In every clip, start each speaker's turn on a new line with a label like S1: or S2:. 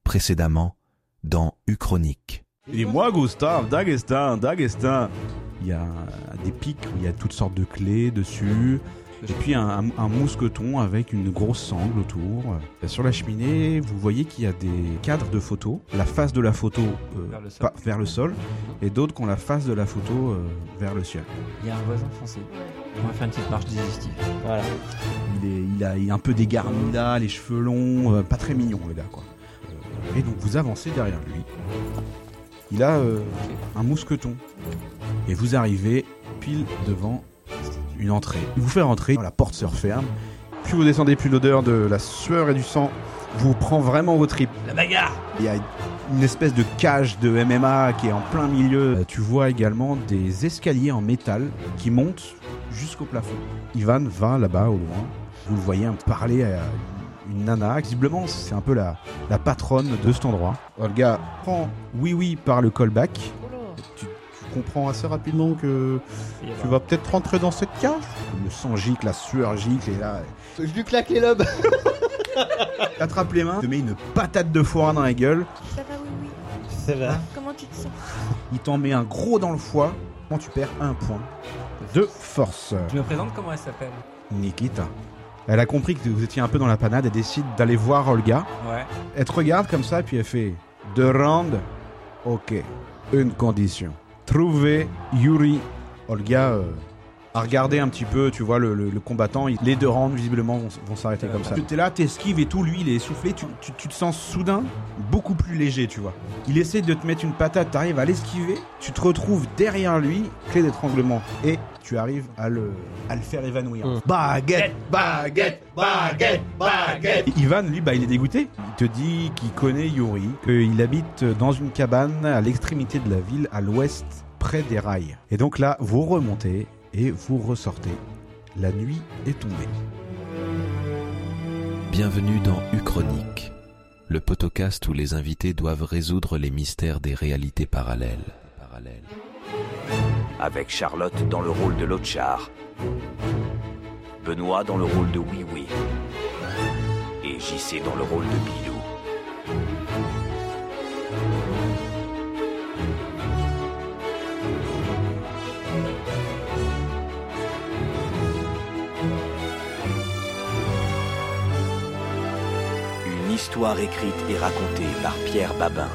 S1: Précédemment, dans Uchronique.
S2: Et moi, Gustave, Dagestan. Il y a des pics où il y a toutes sortes de clés dessus. Et puis un mousqueton avec une grosse sangle autour. Sur la cheminée, vous voyez qu'il y a des cadres de photos. La face de la photo vers le sol et d'autres qui ont la face de la photo vers le ciel.
S3: Il y a un voisin français. On va faire une petite marche digestive.
S4: Voilà.
S2: Il a un peu dégarni là, les cheveux longs, pas très mignon le gars quoi. Et donc vous avancez derrière lui. Il a un mousqueton. Et vous arrivez pile devant une entrée. Il vous fait rentrer, la porte se referme. Puis vous descendez, plus l'odeur de la sueur et du sang vous prend vraiment vos tripes.
S3: La bagarre.
S2: Il y a une espèce de cage de MMA qui est en plein milieu. Tu vois également des escaliers en métal qui montent jusqu'au plafond. Ivan va là-bas au loin. Vous le voyez parler à une nana. Visiblement, c'est un peu la patronne de cet endroit. Olga prend oui par le callback. Tu comprends assez rapidement que tu vas peut-être rentrer dans cette cage. Le sang gicle, la sueur gicle et là...
S4: Je lui claque les lobes.
S2: Attrape les mains, te met une patate de foie dans la gueule.
S5: Ça va, oui.
S4: Ça va.
S5: Comment tu te sens?
S2: Il t'en met un gros dans le foie. Quand tu perds un point de force.
S3: Je me présente, comment elle s'appelle?
S2: Nikita. Elle a compris que vous étiez un peu dans la panade et décide d'aller voir Olga.
S3: Ouais.
S2: Elle te regarde comme ça, puis elle fait 2 rounds. Ok. Une condition. Trouver Yuri. Olga a regardé un petit peu, tu vois, le combattant. Les 2 rounds, visiblement, vont s'arrêter comme ça. T'es là, t'esquives et tout. Lui, il est essoufflé. Tu te sens soudain beaucoup plus léger, tu vois. Il essaie de te mettre une patate. T'arrives à l'esquiver. Tu te retrouves derrière lui. Clé d'étranglement. Et tu arrives à le faire évanouir. Baguette. Ivan, lui, il est dégoûté. Il te dit qu'il connaît Yuri, qu'il habite dans une cabane à l'extrémité de la ville, à l'ouest, près des rails. Et donc là, vous remontez et vous ressortez. La nuit est tombée.
S1: Bienvenue dans Uchronique, le podcast où les invités doivent résoudre les mystères des réalités parallèles.
S6: Avec Charlotte dans le rôle de Lothar, Benoît dans le rôle de Oui et JC dans le rôle de Bilou. Une histoire écrite et racontée par Pierre Babin.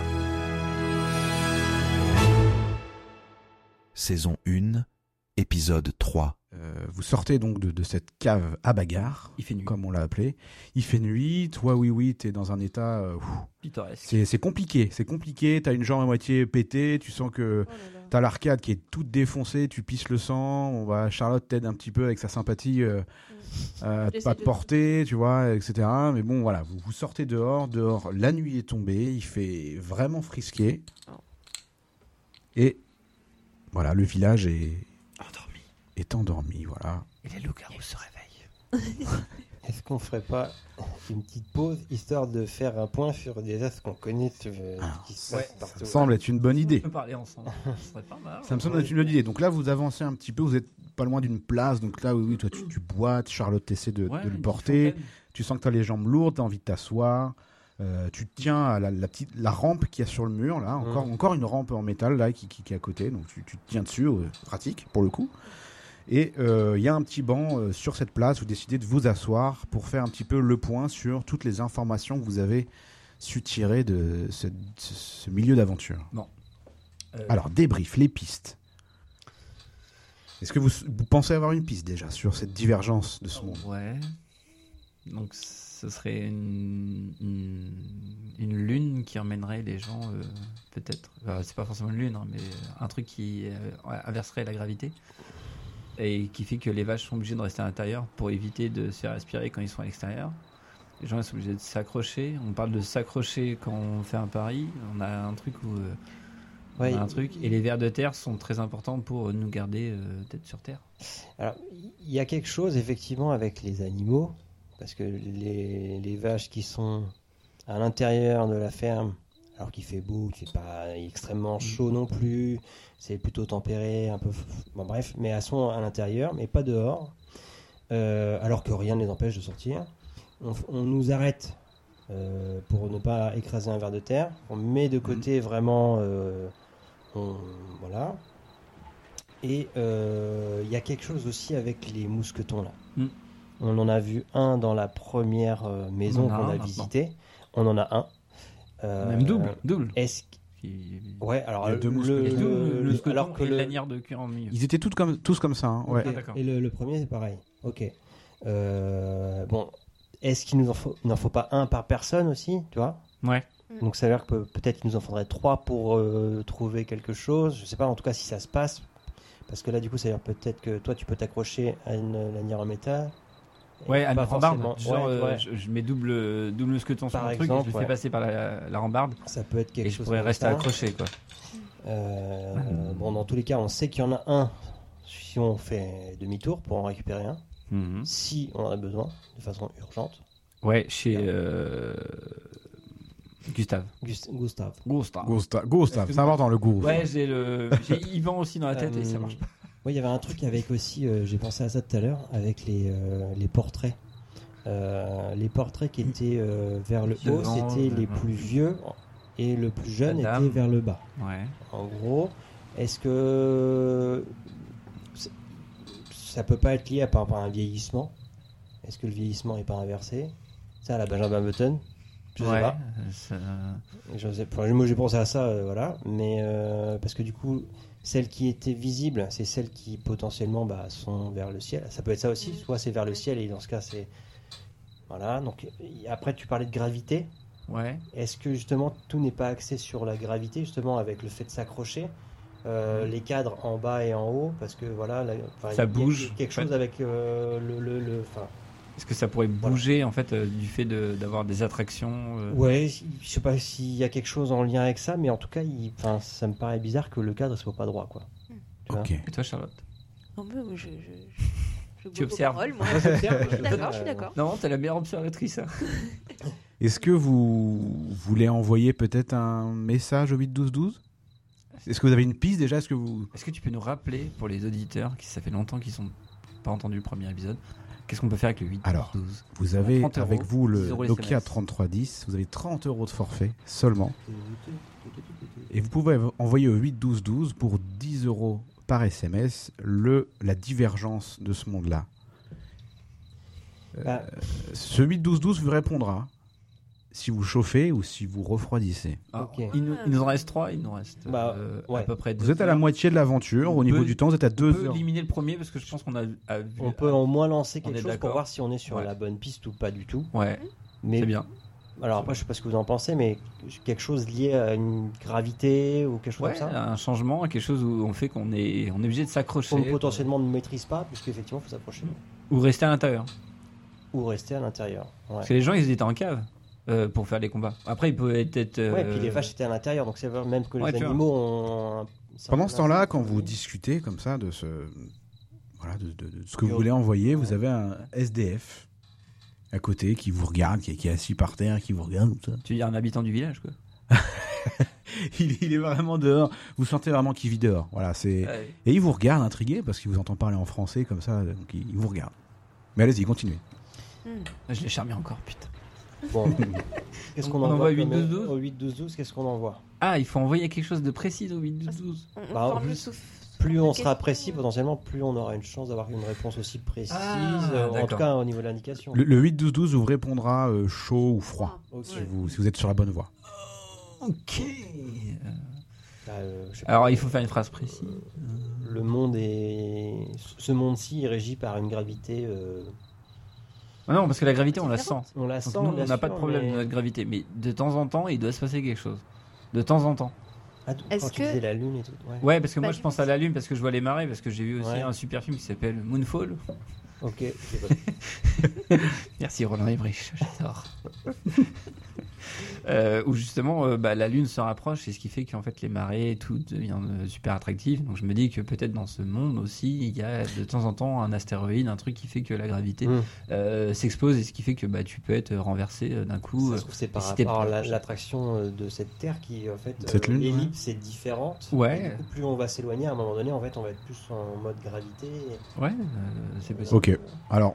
S1: Saison 1, épisode 3.
S2: Vous sortez donc de cette cave à bagarre,
S3: Il fait nuit.
S2: comme on l'a appelé. Il fait nuit, toi oui, t'es dans un état...
S3: Pittoresque.
S2: c'est compliqué, t'as une jambe à moitié pétée, tu sens que t'as l'arcade qui est toute défoncée, tu pisses le sang, Charlotte t'aide un petit peu avec sa sympathie à pas te porter, tu vois, etc. Mais bon, voilà, vous sortez dehors, la nuit est tombée, il fait vraiment frisqué. Et voilà, le village est endormi, voilà.
S3: Et les loups-garous se réveillent.
S4: Est-ce qu'on ferait pas une petite pause histoire de faire un point sur des as qu'on connaît qui se passent partout?
S2: Ça me semble être une bonne idée.
S3: On peut parler ensemble. Ce serait pas mal.
S2: Ça me semble être une bonne idée. Donc là, vous avancez un petit peu, vous êtes pas loin d'une place. Donc là, oui, toi, tu boites. Charlotte essaie de le porter. Tu sens que tu as les jambes lourdes, tu as envie de t'asseoir. Tu tiens à la rampe qu'il y a sur le mur. Là, encore une rampe en métal là, qui est à côté. Donc tu te tiens dessus, pratique pour le coup. Et il y a un petit banc sur cette place. Vous décidez de vous asseoir pour faire un petit peu le point sur toutes les informations que vous avez su tirer de ce milieu d'aventure.
S3: Bon.
S2: Alors, débrief, les pistes. Est-ce que vous pensez avoir une piste déjà sur cette divergence de ce monde?
S3: Ouais. Donc ce serait une lune qui emmènerait les gens, peut-être. C'est pas forcément une lune, hein, mais un truc qui inverserait la gravité. Et qui fait que les vaches sont obligées de rester à l'intérieur pour éviter de se faire aspirer quand ils sont à l'extérieur. Les gens sont obligés de s'accrocher. On parle de s'accrocher quand on fait un pari. On a un truc où... on a un truc. Et les vers de terre sont très importants pour nous garder tête sur terre.
S4: Alors, il y a quelque chose effectivement avec les animaux, parce que les vaches qui sont à l'intérieur de la ferme, alors qu'il fait beau, qu'il fait pas extrêmement chaud non plus, c'est plutôt tempéré, un peu, bon bref, mais elles sont à l'intérieur, mais pas dehors, alors que rien ne les empêche de sortir. On nous arrête pour ne pas écraser un ver de terre. On met de côté vraiment... voilà. Et il y a quelque chose aussi avec les mousquetons là. On en a vu un dans la première maison qu'on a visitée. On en a un.
S3: Même double.
S4: Est-ce ouais, alors
S2: il y a deux
S3: mousquetons
S4: alors que
S3: et lanière de cuir en milieu.
S2: Ils étaient tous comme ça. Hein. Ouais.
S4: Okay.
S3: d'accord.
S4: Et le premier c'est pareil. Ok. Bon, est-ce qu'il n'en faut pas un par personne aussi, tu vois?
S3: Ouais.
S4: Donc ça veut dire que peut-être qu'il nous en faudrait 3 pour trouver quelque chose. Je sais pas, en tout cas si ça se passe. Parce que là du coup ça veut dire peut-être que toi tu peux t'accrocher à une lanière en métal.
S3: Ouais, à une rambarde.
S4: Genre,
S3: je mets double mousqueton sur
S4: Par
S3: mon truc et je le fais passer par la rambarde.
S4: Ça peut être quelque chose.
S3: Et je pourrais rester accroché, quoi.
S4: Bon, dans tous les cas, on sait qu'il y en a un si on fait demi-tour pour en récupérer un. Si on en a besoin, de façon urgente.
S3: Ouais, chez Gustave.
S2: Gustave, c'est important le goût.
S3: Ouais, j'ai Yvan aussi dans la tête et ça marche pas.
S4: Oui, il y avait un truc avec aussi, j'ai pensé à ça tout à l'heure, avec les portraits. Les portraits qui étaient vers le haut, c'était les plus vieux et le plus jeune était vers le bas.
S3: Ouais.
S4: En gros, est-ce que ça peut pas être lié par un vieillissement? Est-ce que le vieillissement n'est pas inversé? Ça, à la Benjamin Button, je sais pas. Je sais pas. Moi, j'ai pensé à ça, voilà. Mais parce que du coup, celles qui étaient visibles, c'est celles qui potentiellement sont vers le ciel. Ça peut être ça aussi. Soit c'est vers le ciel et dans ce cas, c'est voilà. Donc après, tu parlais de gravité.
S3: Ouais.
S4: Est-ce que justement tout n'est pas axé sur la gravité, justement avec le fait de s'accrocher? Les cadres en bas et en haut, parce que voilà,
S3: ça bouge.
S4: Y a quelque chose avec
S3: Est-ce que ça pourrait bouger en fait du fait d'avoir des attractions
S4: Ouais, je sais pas s'il y a quelque chose en lien avec ça, mais en tout cas, ça me paraît bizarre que le cadre soit pas droit, quoi.
S2: Ok.
S3: Et toi, Charlotte?
S5: Non, mais
S3: Tu observes.
S5: Moi, j'observe. Je suis d'accord.
S3: Non, t'es la meilleure observatrice. Hein.
S2: Est-ce que vous voulez envoyer peut-être un message au 8-12-12 ? Est-ce que vous avez une piste déjà ? Est-ce que
S3: tu peux nous rappeler pour les auditeurs qui ça fait longtemps qu'ils sont pas entendus le premier épisode, qu'est-ce qu'on peut faire avec le 8-12 ?
S2: Alors, vous avez avec vous le Nokia 3310, vous avez 30 € de forfait seulement. Et vous pouvez envoyer au 8-12-12 pour 10 € par SMS la divergence de ce monde-là. Ce 8-12-12 vous répondra si vous chauffez ou si vous refroidissez.
S4: Okay.
S3: Il nous en reste 3, il nous reste à peu près 2
S2: Vous êtes à la moitié de l'aventure, au niveau du temps, vous êtes à 2 heures.
S3: On peut éliminer le premier parce que je pense qu'on a vu.
S4: On peut au moins lancer quelque chose pour voir si on est sur la bonne piste ou pas du tout.
S3: Ouais, mais c'est bien.
S4: Alors après, je sais pas ce que vous en pensez, mais quelque chose lié à une gravité ou quelque chose comme ça.
S3: Un changement, quelque chose où on fait qu'on est obligé de s'accrocher.
S4: On potentiellement ne maîtrise pas, puisqu'effectivement, il faut s'accrocher.
S3: Ou rester à l'intérieur.
S4: Ouais.
S3: Parce que les gens, ils étaient en cave. Pour faire les combats. Après, il peut être.
S4: Ouais, et puis les vaches étaient à l'intérieur, donc c'est vrai même que les animaux ont.
S2: Pendant ce temps-là, quand vous discutez comme ça de ce que vous voulez envoyer, vous avez un SDF à côté qui vous regarde, qui est assis par terre, qui vous regarde. Tout ça.
S3: Tu veux dire un habitant du village, quoi.
S2: il est vraiment dehors. Vous sentez vraiment qu'il vit dehors. Voilà, et il vous regarde intrigué parce qu'il vous entend parler en français comme ça, donc il vous regarde. Mais allez-y, continuez.
S3: Je l'ai charmé encore, putain.
S4: Bon, qu'est-ce qu'on envoie au
S3: 8-12-12
S4: Au 8-12-12, qu'est-ce qu'on envoie?
S3: Ah, il faut envoyer quelque chose de précis au 8-12-12.
S4: Plus on sera précis, potentiellement, plus on aura une chance d'avoir une réponse aussi précise, en tout cas au niveau de l'indication.
S2: Le 8-12-12 vous répondra chaud ou froid, si vous êtes sur la bonne voie.
S3: Ok. Alors, il faut faire une phrase précise.
S4: Ce monde-ci est régi par une gravité...
S3: Non, parce que la gravité, on la sent.
S4: On la sent.
S3: On n'a pas de problème de notre gravité, mais de temps en temps, il doit se passer quelque chose. De temps en temps.
S4: Ah, quand tu disais la lune et tout.
S3: Ouais, parce que moi, je pense à la lune parce que je vois les marées, parce que j'ai vu aussi un super film qui s'appelle Moonfall.
S4: Ok.
S3: Merci Roland Emmerich, j'adore. Où justement la lune se rapproche, et ce qui fait qu'en fait les marées et tout devient super attractif. Donc je me dis que peut-être dans ce monde aussi il y a de temps en temps un astéroïde, un truc qui fait que la gravité s'expose, et ce qui fait que tu peux être renversé d'un coup.
S4: Ça se trouve, c'est par rapport à l'attraction de cette Terre qui en fait l'ellipse est différente.
S3: Ouais.
S4: Et du coup, plus on va s'éloigner, à un moment donné en fait on va être plus en mode gravité.
S3: Ouais, c'est possible.
S2: Ok. Alors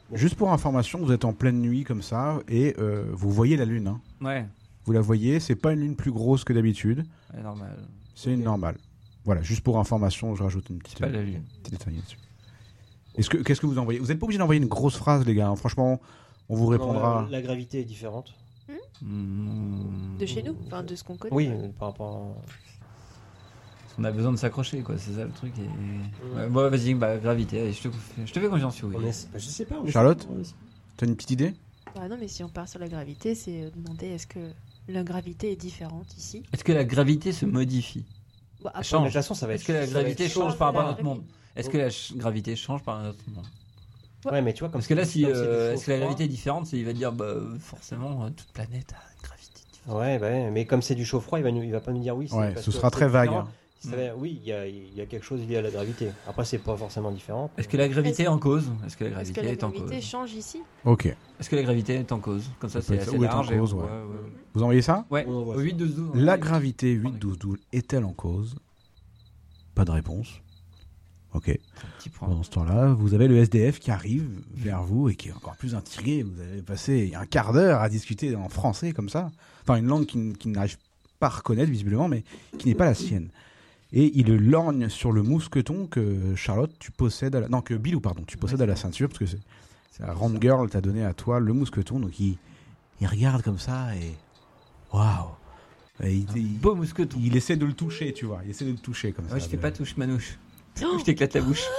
S2: Juste pour information, vous êtes en pleine nuit comme ça et vous voyez la lune. Hein.
S3: Ouais.
S2: Vous la voyez, c'est pas une lune plus grosse que d'habitude.
S3: Ouais, normal.
S2: C'est une normale. Voilà, juste pour information, je rajoute une petite.
S3: C'est pas la lune.
S2: Petit détail là-dessus. Qu'est-ce que vous envoyez ? Vous n'êtes pas obligé d'envoyer une grosse phrase, les gars. Hein. Franchement, on vous répondra.
S4: Non, la gravité est différente.
S5: De chez nous, enfin de ce qu'on connaît.
S4: Oui, par rapport.
S3: On a besoin de s'accrocher, quoi. C'est ça le truc. Ouais, bon, vas-y, gravité. Allez, je te fais confiance, oui.
S4: Je sais pas.
S2: Charlotte, t'as une petite idée ?
S5: Non, mais si on part sur la gravité, c'est demander est-ce que la gravité est différente ici ?
S3: Est-ce que la gravité se modifie ?
S5: Après,
S3: Change.
S4: De toute façon, ça va être.
S3: Est-ce que la gravité change par rapport à notre monde ? Est-ce que la gravité change par rapport à notre monde ?
S4: Ouais, mais tu vois, comme
S3: Parce que là, si
S4: comme c'est du
S3: est-ce que la
S4: chaud-froid-
S3: gravité est différente, il va dire forcément toute planète a une gravité différente.
S4: Ouais, bah, mais comme c'est du chaud-froid, il va pas nous dire oui.
S2: Ouais,
S4: parce
S2: ce
S4: que
S2: sera
S4: c'est
S2: très vague.
S4: différent.
S2: Hein.
S4: Ça va- oui, il y a quelque chose lié à la gravité. Après, c'est pas forcément différent.
S3: Est-ce que la gravité est en cause ? Est-ce que la
S5: est-ce que
S3: gravité
S5: la
S3: est en
S5: gravité
S3: cause ?
S5: change ici ?
S2: Ok.
S3: Est-ce que la gravité est en cause ? Comme ça,
S2: Ça peut
S3: c'est
S2: être-
S3: assez
S2: ou est en
S3: large.
S2: cause, ouais. Vous envoyez ça ?
S3: Ouais.
S4: On envoie
S3: Au
S4: ça.
S3: 8-12-12.
S2: La gravité 8-12-12 est-elle en cause ? Pas de réponse. Ok.
S3: Petit point.
S2: Pendant ce temps-là, vous avez le SDF qui arrive vers vous et qui est encore plus intrigué. Vous avez passé un quart d'heure à discuter en français comme ça. Enfin, une langue qu'il n'arrive pas à reconnaître visiblement, mais qui n'est pas la sienne. Et il lorgne sur le mousqueton que Charlotte, tu possèdes à la... Non, que Bilou, pardon, tu possèdes à la ceinture, parce que c'est la Round Girl t'a donné à toi le mousqueton. Donc il regarde comme ça et... Waouh. Et
S3: Beau mousqueton.
S2: il essaie de le toucher, tu vois. Il essaie de le toucher comme ça.
S3: Ouais, je fais pas touche manouche. Je t'éclate la bouche.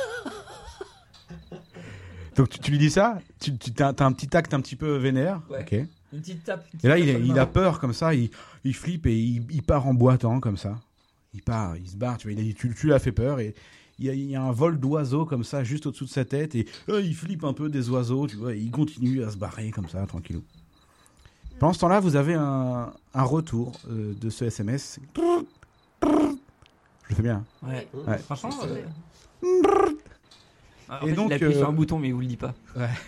S2: Donc tu lui dis ça, t'as un petit acte un petit peu vénère.
S3: Ouais.
S2: Ok.
S3: Une petite tape.
S2: Et là, il a peur comme ça, il flippe et il part en boitant comme ça. Il part, il se barre, tu vois. Il a dit, tu l'as fait peur et il y a un vol d'oiseaux comme ça juste au-dessous de sa tête et il flippe un peu des oiseaux, tu vois. Et il continue à se barrer comme ça, tranquillou. Pendant ce temps-là, vous avez un retour de ce SMS. Je le fais bien. Hein.
S3: Ouais.
S2: Ouais.
S3: Franchement. En
S2: Et
S3: fait,
S2: donc,
S3: il appuie sur un bouton, mais il vous le dit pas.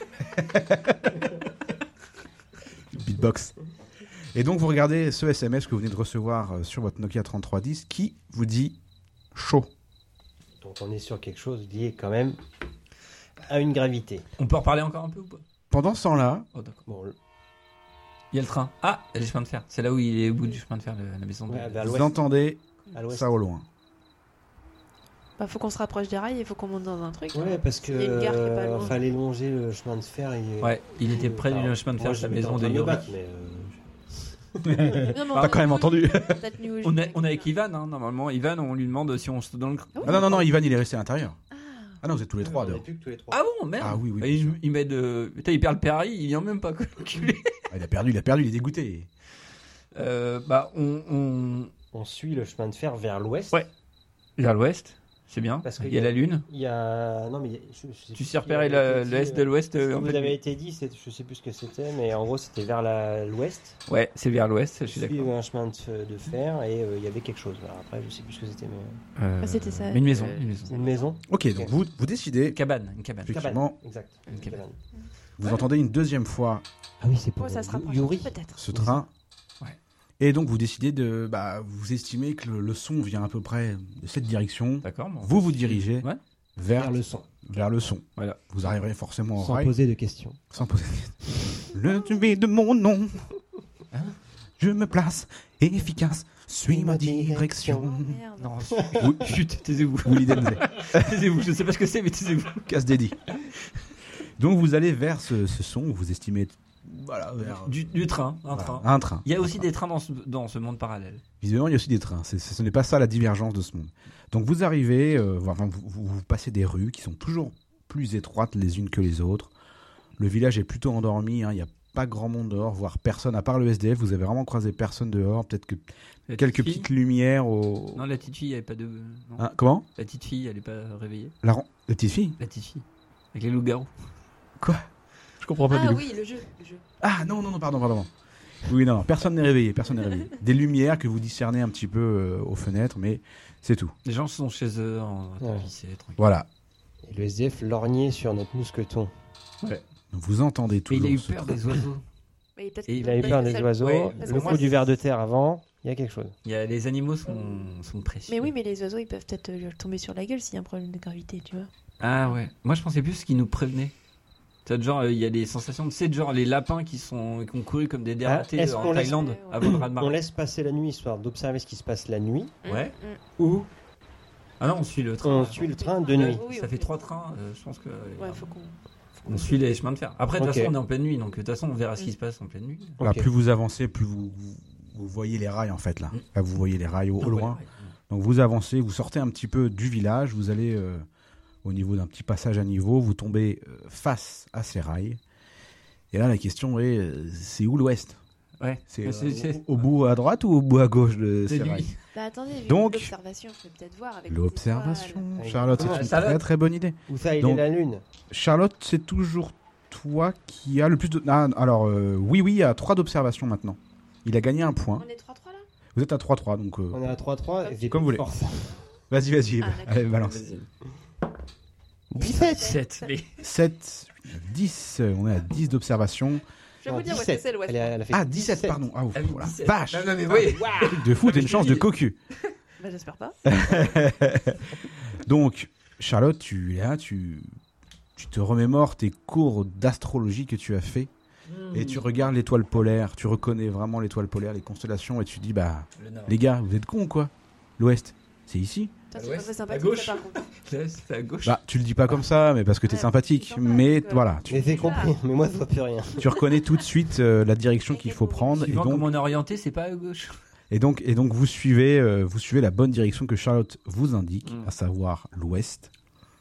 S2: Beatbox. Et donc, vous regardez ce SMS que vous venez de recevoir sur votre Nokia 3310 qui vous dit chaud.
S4: Donc on est sur quelque chose lié quand même à une gravité.
S3: On peut en reparler encore un peu ou pas ?
S2: Pendant ce temps-là,
S3: Oh, d'accord.
S4: Bon,
S3: Il y a le train. Ah, il y a le chemin de fer. C'est là où il est au bout du chemin de fer, la maison de.
S4: ouais, vers
S2: vous
S4: l'ouest.
S2: entendez
S4: À l'ouest.
S2: ça au loin.
S5: Faut qu'on se rapproche des rails et faut qu'on monte dans un truc.
S4: Ouais, parce que
S5: Il y a une gare qui est pas loin.
S4: fallait longer le chemin de fer.
S3: Ouais, il était près du chemin de fer de la maison de Yorick.
S2: T'as quand même entendu.
S3: On est avec Ivan, hein, normalement. Ivan, on lui demande si on se dans le.
S2: Ah non, Ivan, il est resté à l'intérieur. Ah non, vous êtes tous les trois
S4: On est
S2: dehors.
S4: plus que tous les trois.
S3: Ah bon, merde.
S2: Ah oui,
S3: Bah,
S2: bien sûr.
S3: il met de. Putain, il perd le Ferrari, il vient même pas, quoi, l'enculé.
S2: Ah, il a perdu, il est dégoûté.
S3: On
S4: suit le chemin de fer vers l'ouest.
S3: Ouais. Vers l'ouest, c'est bien.
S4: Parce
S3: Il y a la lune.
S4: Il y a. Non, mais.
S3: Tu sais repérer l'est de l'ouest.
S4: Ce qui
S3: en
S4: vous
S3: fait.
S4: avait été dit, je sais plus ce que c'était, mais en gros, c'était vers l'ouest.
S3: Ouais, c'est vers l'ouest, je
S4: Il
S3: suis
S4: y
S3: d'accord.
S4: avait un chemin de fer et il y avait quelque chose. Alors après, je sais plus ce que c'était, mais.
S5: C'était ça.
S3: Mais une maison.
S4: Une maison.
S2: Ok, donc vous décidez,
S3: Une cabane.
S2: effectivement,
S4: Exact.
S3: Une cabane.
S2: vous entendez une deuxième fois
S4: Ah oui, c'est pour
S5: Ça se rapproche
S4: Yuri.
S5: peut-être.
S2: ce train.
S3: Ouais.
S2: Et donc vous décidez de... vous estimez que le son vient à peu près de cette direction.
S3: D'accord. Bon.
S2: Vous dirigez
S3: Ouais.
S2: vers
S4: le son.
S2: vers le son.
S3: Voilà.
S2: Vous arriverez forcément au
S4: Sans
S2: rail.
S4: poser de questions.
S2: Sans poser de questions. Le tuer de mon nom. Je me place efficace. Suis ma direction.
S5: Merde.
S3: Non,
S2: Oui.
S3: chut, taisez-vous.
S2: Willy Denzey.
S3: Taisez-vous, je sais pas ce que c'est, mais taisez-vous.
S2: Casse dédi. Donc vous allez vers ce son. Vous estimez... Voilà, vers...
S3: Du train, un
S2: voilà,
S3: train.
S2: un train.
S3: Il y a aussi des trains dans ce monde parallèle.
S2: Visiblement, il y a aussi des trains. Ce n'est pas ça la divergence de ce monde. Donc vous arrivez, vous passez des rues qui sont toujours plus étroites les unes que les autres. Le village est plutôt endormi, hein. Il n'y a pas grand monde dehors, voire personne, à part le SDF. Vous avez vraiment croisé personne dehors. Peut-être que
S3: La
S2: quelques
S3: petite fille
S2: petites lumières au...
S3: Non, la petite fille, elle est pas de. Non.
S2: Hein, comment
S3: La petite fille, elle est pas réveillée.
S2: la petite fille.
S3: La petite fille. Avec les loups-garous.
S2: Je comprends pas,
S5: Ah
S2: Bilou.
S5: oui, le jeu.
S2: Ah non, pardon. Oui, non, personne n'est réveillé. Des lumières que vous discernez un petit peu aux fenêtres, mais c'est tout.
S3: Les gens sont chez eux en train de
S4: Ouais.
S3: pisser, tranquille.
S2: Voilà.
S4: Et le SDF lorgnait sur notre mousqueton.
S2: Donc vous entendez
S3: Mais
S2: toujours
S3: il a eu
S2: ce
S3: peur
S2: train.
S3: des oiseaux.
S5: Mais peut-être
S3: Et
S5: qu'il
S4: Il a eu peur des oiseaux.
S3: Ouais,
S5: parce
S4: Le
S5: que
S4: coup
S5: moi,
S4: du ver de terre avant, il y a quelque chose.
S3: Les animaux sont précieux.
S5: Mais oui, mais les oiseaux, ils peuvent peut-être tomber sur la gueule s'il y a un problème de gravité, tu vois.
S3: Ah ouais. Moi, je pensais plus qu'ils nous prévenaient. Genre, il y a des sensations de genre les lapins qui ont couru comme des dératés
S4: est-ce
S3: en
S4: qu'on laisse-
S3: Thaïlande avant le
S4: On
S3: raz-de-marée.
S4: laisse passer la nuit histoire d'observer ce qui se passe la nuit,
S3: Ouais.
S4: ou
S3: Ah non, on suit le train.
S4: on suit le train de nuit.
S5: Oui,
S3: Ça
S5: on
S3: fait 3 trains, je pense que.
S5: Ouais, faut qu'on.
S3: On suit les chemins de fer. Après, de toute
S4: Ok.
S3: façon, on est en pleine nuit, donc de toute façon, on verra ce qui se passe en pleine nuit.
S2: Voilà,
S4: Ok.
S2: plus vous avancez, plus vous voyez les rails en fait là. Là, vous voyez les rails au loin.
S3: Ouais.
S2: Donc vous avancez, vous sortez un petit peu du village, vous allez au niveau d'un petit passage à niveau, vous tombez face à ces rails. Et là, la question est, c'est où l'ouest?
S3: Ouais.
S2: C'est
S3: Mais c'est-
S2: au bout à droite ou au bout à gauche de
S3: c'est
S2: ces rails?
S3: nuit.
S5: Bah attendez, vu
S2: Donc-
S5: l'observation, je peux peut-être voir avec
S2: L'observation,
S5: les étoiles.
S2: Charlotte, c'est une
S3: Charlotte.
S2: très très bonne idée.
S4: Où ça, il
S2: Donc-
S4: est la lune.
S2: Charlotte, c'est toujours toi qui a le plus de... Ah, alors, oui, a 3 d'observation maintenant. Il a gagné un point.
S5: On est 3-3 là.
S2: Vous êtes à 3-3, donc...
S4: On est à 3-3. et j'ai
S2: Comme
S4: plus
S2: vous
S4: de
S2: voulez.
S4: force.
S2: Vas-y,
S5: Ah, d'accord.
S2: allez, balance.
S3: Vas-y.
S4: 17.
S3: 7. Mais...
S2: 7, 10, on est à 10 d'observation.
S5: Je vais vous dire où
S4: 17.
S5: c'est l'ouest.
S4: Elle a fait
S2: Ah, 17, pardon. Ah, ouf,
S3: Ah oui,
S2: voilà.
S3: 17.
S2: Vache.
S3: Non, mais oui.
S2: Truc de fou, t'as une chance de cocu.
S5: Bah j'espère pas.
S2: Donc, Charlotte, tu es là, tu te remémores tes cours d'astrologie que tu as fait et tu regardes l'étoile polaire, tu reconnais vraiment l'étoile polaire, les constellations et tu dis, bah,
S3: Le nord.
S2: les gars, vous êtes cons ou quoi? L'ouest, c'est ici?
S5: Toi,
S3: À
S5: c'est pas
S3: l'ouest,
S5: très
S3: à
S5: sympathique
S3: gauche.
S5: ça, par contre.
S3: C'est à gauche.
S2: Bah, tu le dis pas comme ça, mais parce que t'es
S5: Ouais,
S2: sympathique.
S5: c'est sympa,
S2: Mais
S5: donc,
S2: voilà,
S4: Mais j'ai compris. Mais moi, je vois plus rien.
S2: tu reconnais tout de suite la direction qu'il faut prendre.
S3: Suivant comment on est orienté, c'est pas à gauche.
S2: Et donc vous suivez la bonne direction que Charlotte vous indique,
S3: Mm.
S2: à savoir l'ouest.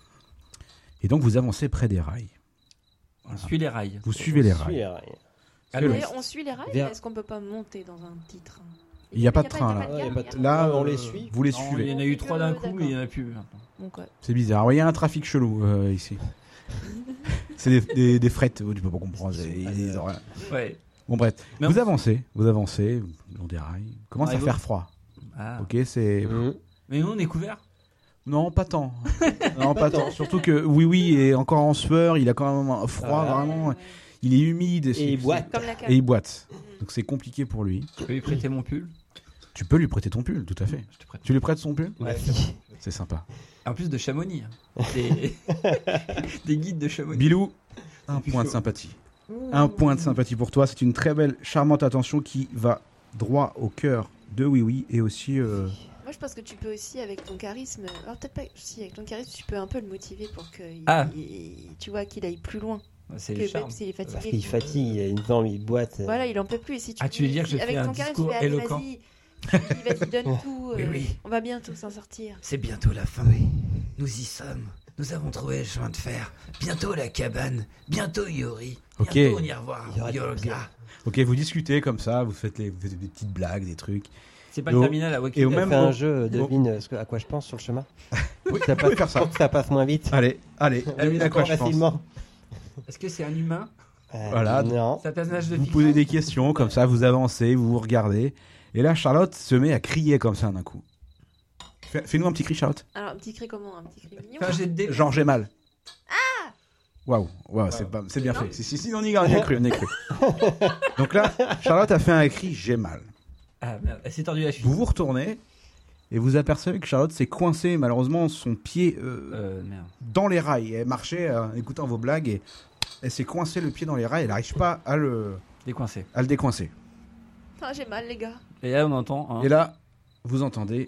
S2: Et donc vous avancez près des rails.
S3: On suit les rails.
S2: Vous suivez les
S4: On suit
S2: rails.
S4: les rails.
S3: À
S5: Mais
S3: l'ouest.
S5: on suit les rails,
S4: Vers-
S5: est-ce qu'on peut pas monter dans un petit train?
S2: Il n'y a pas de train là.
S5: de
S4: Ouais, il y a pas de-
S5: gare,
S2: Là,
S4: on les suit.
S2: Vous les
S3: Non,
S2: suivez.
S3: il y en a eu 3 d'un coup,
S5: D'accord.
S3: mais il y en a plus maintenant.
S5: Donc, ouais.
S2: C'est bizarre. Ouais, il y a un trafic chelou ici. C'est des frettes, tu peux pas comprendre.
S3: Ouais.
S2: Bon bref,
S3: Mais
S2: vous
S3: on-
S2: avancez dans des rails. Commence à
S3: Arrive
S2: faire
S3: au-
S2: froid.
S3: Ah.
S2: Ok, c'est
S3: Mais nous, on est couverts.
S2: non pas tant. Non pas tant. Surtout que oui est encore en sueur. Il a quand même un froid
S4: Ah.
S2: vraiment.
S5: Ouais.
S2: Il est humide.
S4: Et il boite.
S5: Comme la
S2: Et
S5: cave.
S2: il boite. Donc c'est compliqué pour lui.
S3: Je peux lui prêter mon pull.
S2: Tu peux lui prêter ton pull, tout à fait.
S3: Je te prête.
S2: Tu lui prêtes son pull?
S4: Ouais.
S2: C'est sympa.
S3: En plus de Chamonix. hein. Des guides de Chamonix.
S2: Bilou, un point de sympathie. Un point de sympathie pour toi. C'est une très belle, charmante attention qui va droit au cœur de Oui et aussi.
S5: Moi, je pense que tu peux aussi, avec ton charisme. Alors, peut-être pas. Si, avec ton charisme, tu peux un peu le motiver pour que. Tu vois, qu'il aille plus loin.
S3: C'est
S5: Que
S3: le
S5: même
S3: charme.
S5: s'il est
S4: Parce
S5: fatigué.
S4: qu'il fatigue, il a une dent, il boite.
S5: Voilà, il en peut plus. Et si tu
S3: Ah, tu veux dire que je
S5: avec
S3: fais
S5: ton
S3: un
S5: charisme,
S3: discours
S5: tu fais, allez,
S3: éloquent.
S5: vas-y. Tu dis, vas-y, donne tout.
S6: Oui, oui.
S5: On va bientôt s'en sortir.
S6: C'est bientôt la fin. Nous y sommes. Nous avons trouvé le chemin de fer. Bientôt la cabane. Bientôt Yori.
S2: Ok.
S6: Bientôt on ira voir
S4: Il y aura des
S6: Yorga.
S2: Ok, vous discutez comme ça, vous faites des petites blagues, des trucs.
S3: C'est pas
S2: Et
S3: le
S2: au-
S3: terminal à
S2: et au
S3: Wakita.
S4: On
S2: même
S4: fait un
S2: moment-
S4: jeu, devine à quoi je pense sur le chemin.
S2: Oui,
S4: Ça
S2: vous pouvez
S4: passe,
S2: faire ça.
S4: pour que ça passe moins vite.
S2: Allez, devine à quoi je pense.
S4: Facilement.
S3: Est-ce que c'est un humain?
S2: Voilà.
S4: Non.
S3: C'est un personnage de
S2: Vous
S3: fiction?
S2: posez des questions, comme ça, vous avancez, vous vous regardez. Et là, Charlotte se met à crier comme ça d'un coup. Fais-nous un petit cri, Charlotte.
S5: Alors, un petit cri comment? Un petit cri mignon?
S3: Fais un jet de dés.
S2: Genre, j'ai mal. Waouh, c'est bien
S5: Non.
S2: fait. Si, on y a cru. Donc là, Charlotte a fait un cri, j'ai mal.
S3: Ah merde, elle s'est tordue la cheville.
S2: Vous vous retournez et vous apercevez que Charlotte s'est coincée, malheureusement, son pied
S3: Merde.
S2: dans les rails. Elle marchait en écoutant vos blagues et elle s'est coincée le pied dans les rails. Elle n'arrive pas à le
S3: Décoincé.
S2: décoincer.
S5: Ah, j'ai mal, les gars.
S3: Et là, on entend. Hein.
S2: Et là, vous entendez.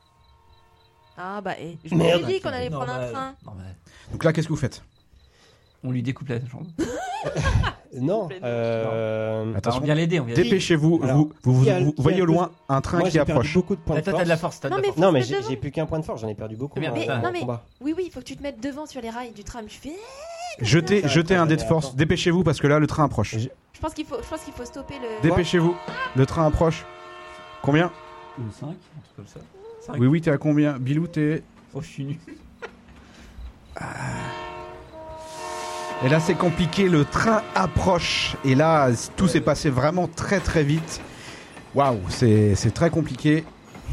S5: Ah, bah, je
S4: Merde.
S5: me suis dit qu'on allait prendre un
S3: Normal.
S5: train.
S3: Normal.
S2: Donc là, qu'est-ce que vous faites?
S3: On lui découpe la jambe.
S4: Non.
S3: On
S2: Attention,
S3: vient l'aider. On vient l'aider.
S2: dépêchez-vous.
S4: Alors,
S2: Vous
S4: qui a
S2: voyez
S4: le
S2: au loin un train
S4: Moi,
S2: qui
S4: j'ai perdu
S2: approche.
S4: beaucoup de points de
S3: T'as
S4: force.
S3: de la force. T'as de
S5: Non,
S3: la
S5: mais
S3: force.
S4: Non, mais
S5: Faut se mettre
S4: j'ai plus qu'un point de force, j'en ai perdu beaucoup.
S3: Mais
S4: hein,
S3: merde,
S4: dans
S5: non,
S4: le
S5: mais-
S4: combat.
S5: Oui, il faut que tu te mettes devant sur les rails du tram. Je fais.
S2: Jetez un dé de force.
S4: Attends.
S2: Dépêchez-vous parce que là, le train approche.
S5: Je pense qu'il faut stopper le.
S2: Dépêchez-vous. Le train approche. Combien?
S3: Une 5, un truc comme ça. 5.
S2: Oui, t'es à combien? Bilou, t'es.
S3: Oh, je suis nu.
S2: Et là, c'est compliqué. Le train approche. Et là, tout s'est passé vraiment très très vite. Waouh, c'est très compliqué.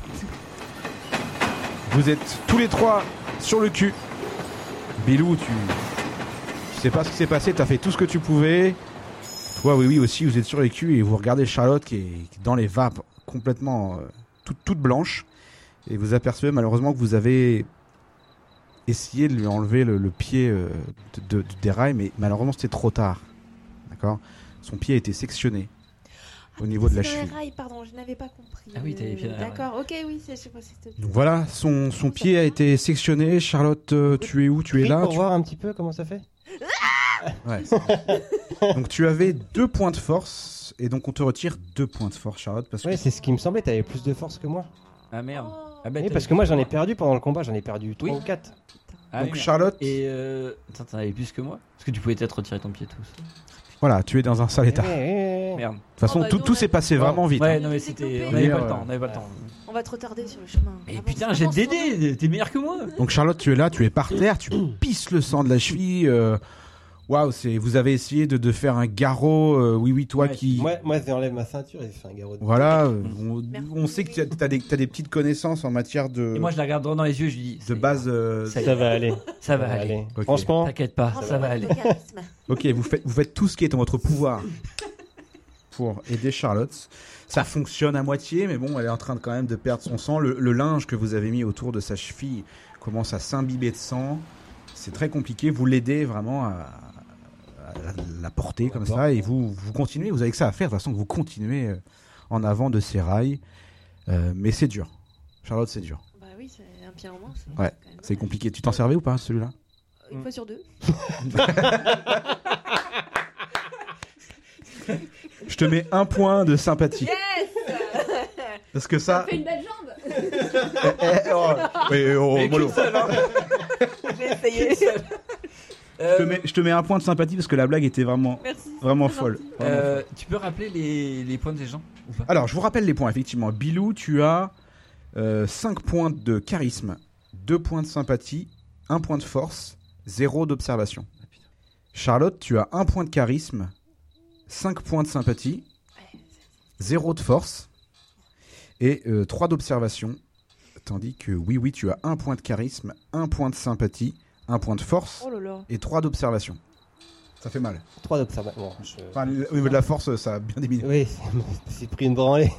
S2: Vous êtes tous les trois sur le cul. Bilou, tu sais pas ce qui s'est passé. T'as fait tout ce que tu pouvais. Toi, oui, aussi, vous êtes sur les culs et vous regardez Charlotte qui est dans les vapes, complètement toute blanche. Et vous apercevez malheureusement que vous avez essayer de lui enlever le pied des rails, mais malheureusement c'était trop tard. D'accord ? Son pied a été sectionné au niveau de la cheville.
S5: Rails, pardon, je n'avais pas compris.
S3: Ah oui, t'avais les pieds dans les
S5: D'accord, ok, oui, je sais pas si c'était.
S2: Donc voilà, son pied a été sectionné. Charlotte, tu es où ? Tu es là ?
S4: Pour voir un petit peu comment ça fait.
S2: Ouais. Donc tu avais 2 points de force et donc on te retire 2 points de force, Charlotte, parce que
S4: Ouais, c'est ce qui me semblait. T'avais plus de force que moi.
S3: Ah merde. Ah
S4: Oui, parce que moi j'en ai perdu pendant le combat. J'en ai perdu 3 ou 4.
S3: Ah,
S2: donc
S3: oui,
S2: Charlotte,
S3: Et attends, t'en avais plus que moi ? Parce que tu pouvais peut-être retirer ton pied tous.
S2: voilà, tu es dans un sale état. De
S3: Merde.
S2: toute façon,
S5: bah,
S2: tout,
S5: nous,
S2: tout
S5: on
S2: s'est
S5: a-
S2: passé vraiment vite.
S3: Ouais,
S2: hein.
S3: non mais c'était. On
S5: On
S3: n'avait
S2: avait
S3: pas
S2: pas
S3: le
S2: le
S3: temps, on n'avait pas le temps.
S5: On va te retarder sur le chemin.
S3: Et
S5: Avance,
S3: putain, j'ai
S5: avance,
S3: Dédé, t'es meilleur que moi.
S2: Donc Charlotte, tu es là, tu es par terre, tu pisses le sang de la cheville. Waouh, vous avez essayé de faire un garrot. Oui, toi
S3: Ouais,
S2: qui.
S4: Moi, je enlève ma ceinture et je fais un garrot de.
S2: Voilà,
S5: Merci.
S2: on sait que tu as des petites connaissances en matière de,
S3: Et moi, je la regarde droit dans les yeux, je lui dis.
S2: de base.
S4: Ça va aller.
S3: Ça va aller.
S2: Ok.
S4: Franchement,
S3: T'inquiète pas,
S5: Prends
S3: ça
S5: le
S3: va
S5: point
S3: aller.
S5: de charisme.
S2: Ok, vous faites tout ce qui est en votre pouvoir pour aider Charlotte. Ça fonctionne à moitié, mais bon, elle est en train quand même de perdre son sang. Le linge que vous avez mis autour de sa cheville commence à s'imbiber de sang. C'est très compliqué. Vous l'aidez vraiment à la porter comme ça, et vous continuez. Vous avez que ça à faire. De toute façon, vous continuez en avant de ces rails. Mais c'est dur. Charlotte, c'est dur.
S5: Bah oui, c'est un pied en moins.
S2: Ouais,
S5: quand même
S2: c'est
S5: dommage.
S2: compliqué. Tu t'en servais ou pas, celui-là ?
S5: Une fois sur 2.
S2: Je te mets 1 point de sympathie.
S5: Yes.
S2: Parce que ça...
S5: Fais une belle jambe.
S3: Mais
S2: mollo.
S3: qu'une seule, hein.
S5: J'ai essayé.
S2: Je te mets 1 point de sympathie parce que la blague était vraiment
S5: Merci.
S2: vraiment
S5: c'est
S2: folle.
S5: gentil.
S2: Vraiment folle.
S3: Tu peux rappeler les points des gens ou pas ?
S2: Alors, je vous rappelle les points, effectivement. Bilou, tu as 5 points de charisme, 2 points de sympathie, 1 point de force, 0 d'observation. Charlotte, tu as 1 point de charisme, 5 points de sympathie, 0 de force et 3 d'observation. Tandis que oui, tu as 1 point de charisme, 1 point de sympathie, 1 point de force
S5: Oh là là.
S2: et 3 d'observation. Ça fait mal.
S4: 3 d'observation. Bon,
S2: Enfin, au niveau de la force, ça a bien diminué.
S4: Oui, c'est pris une branlée.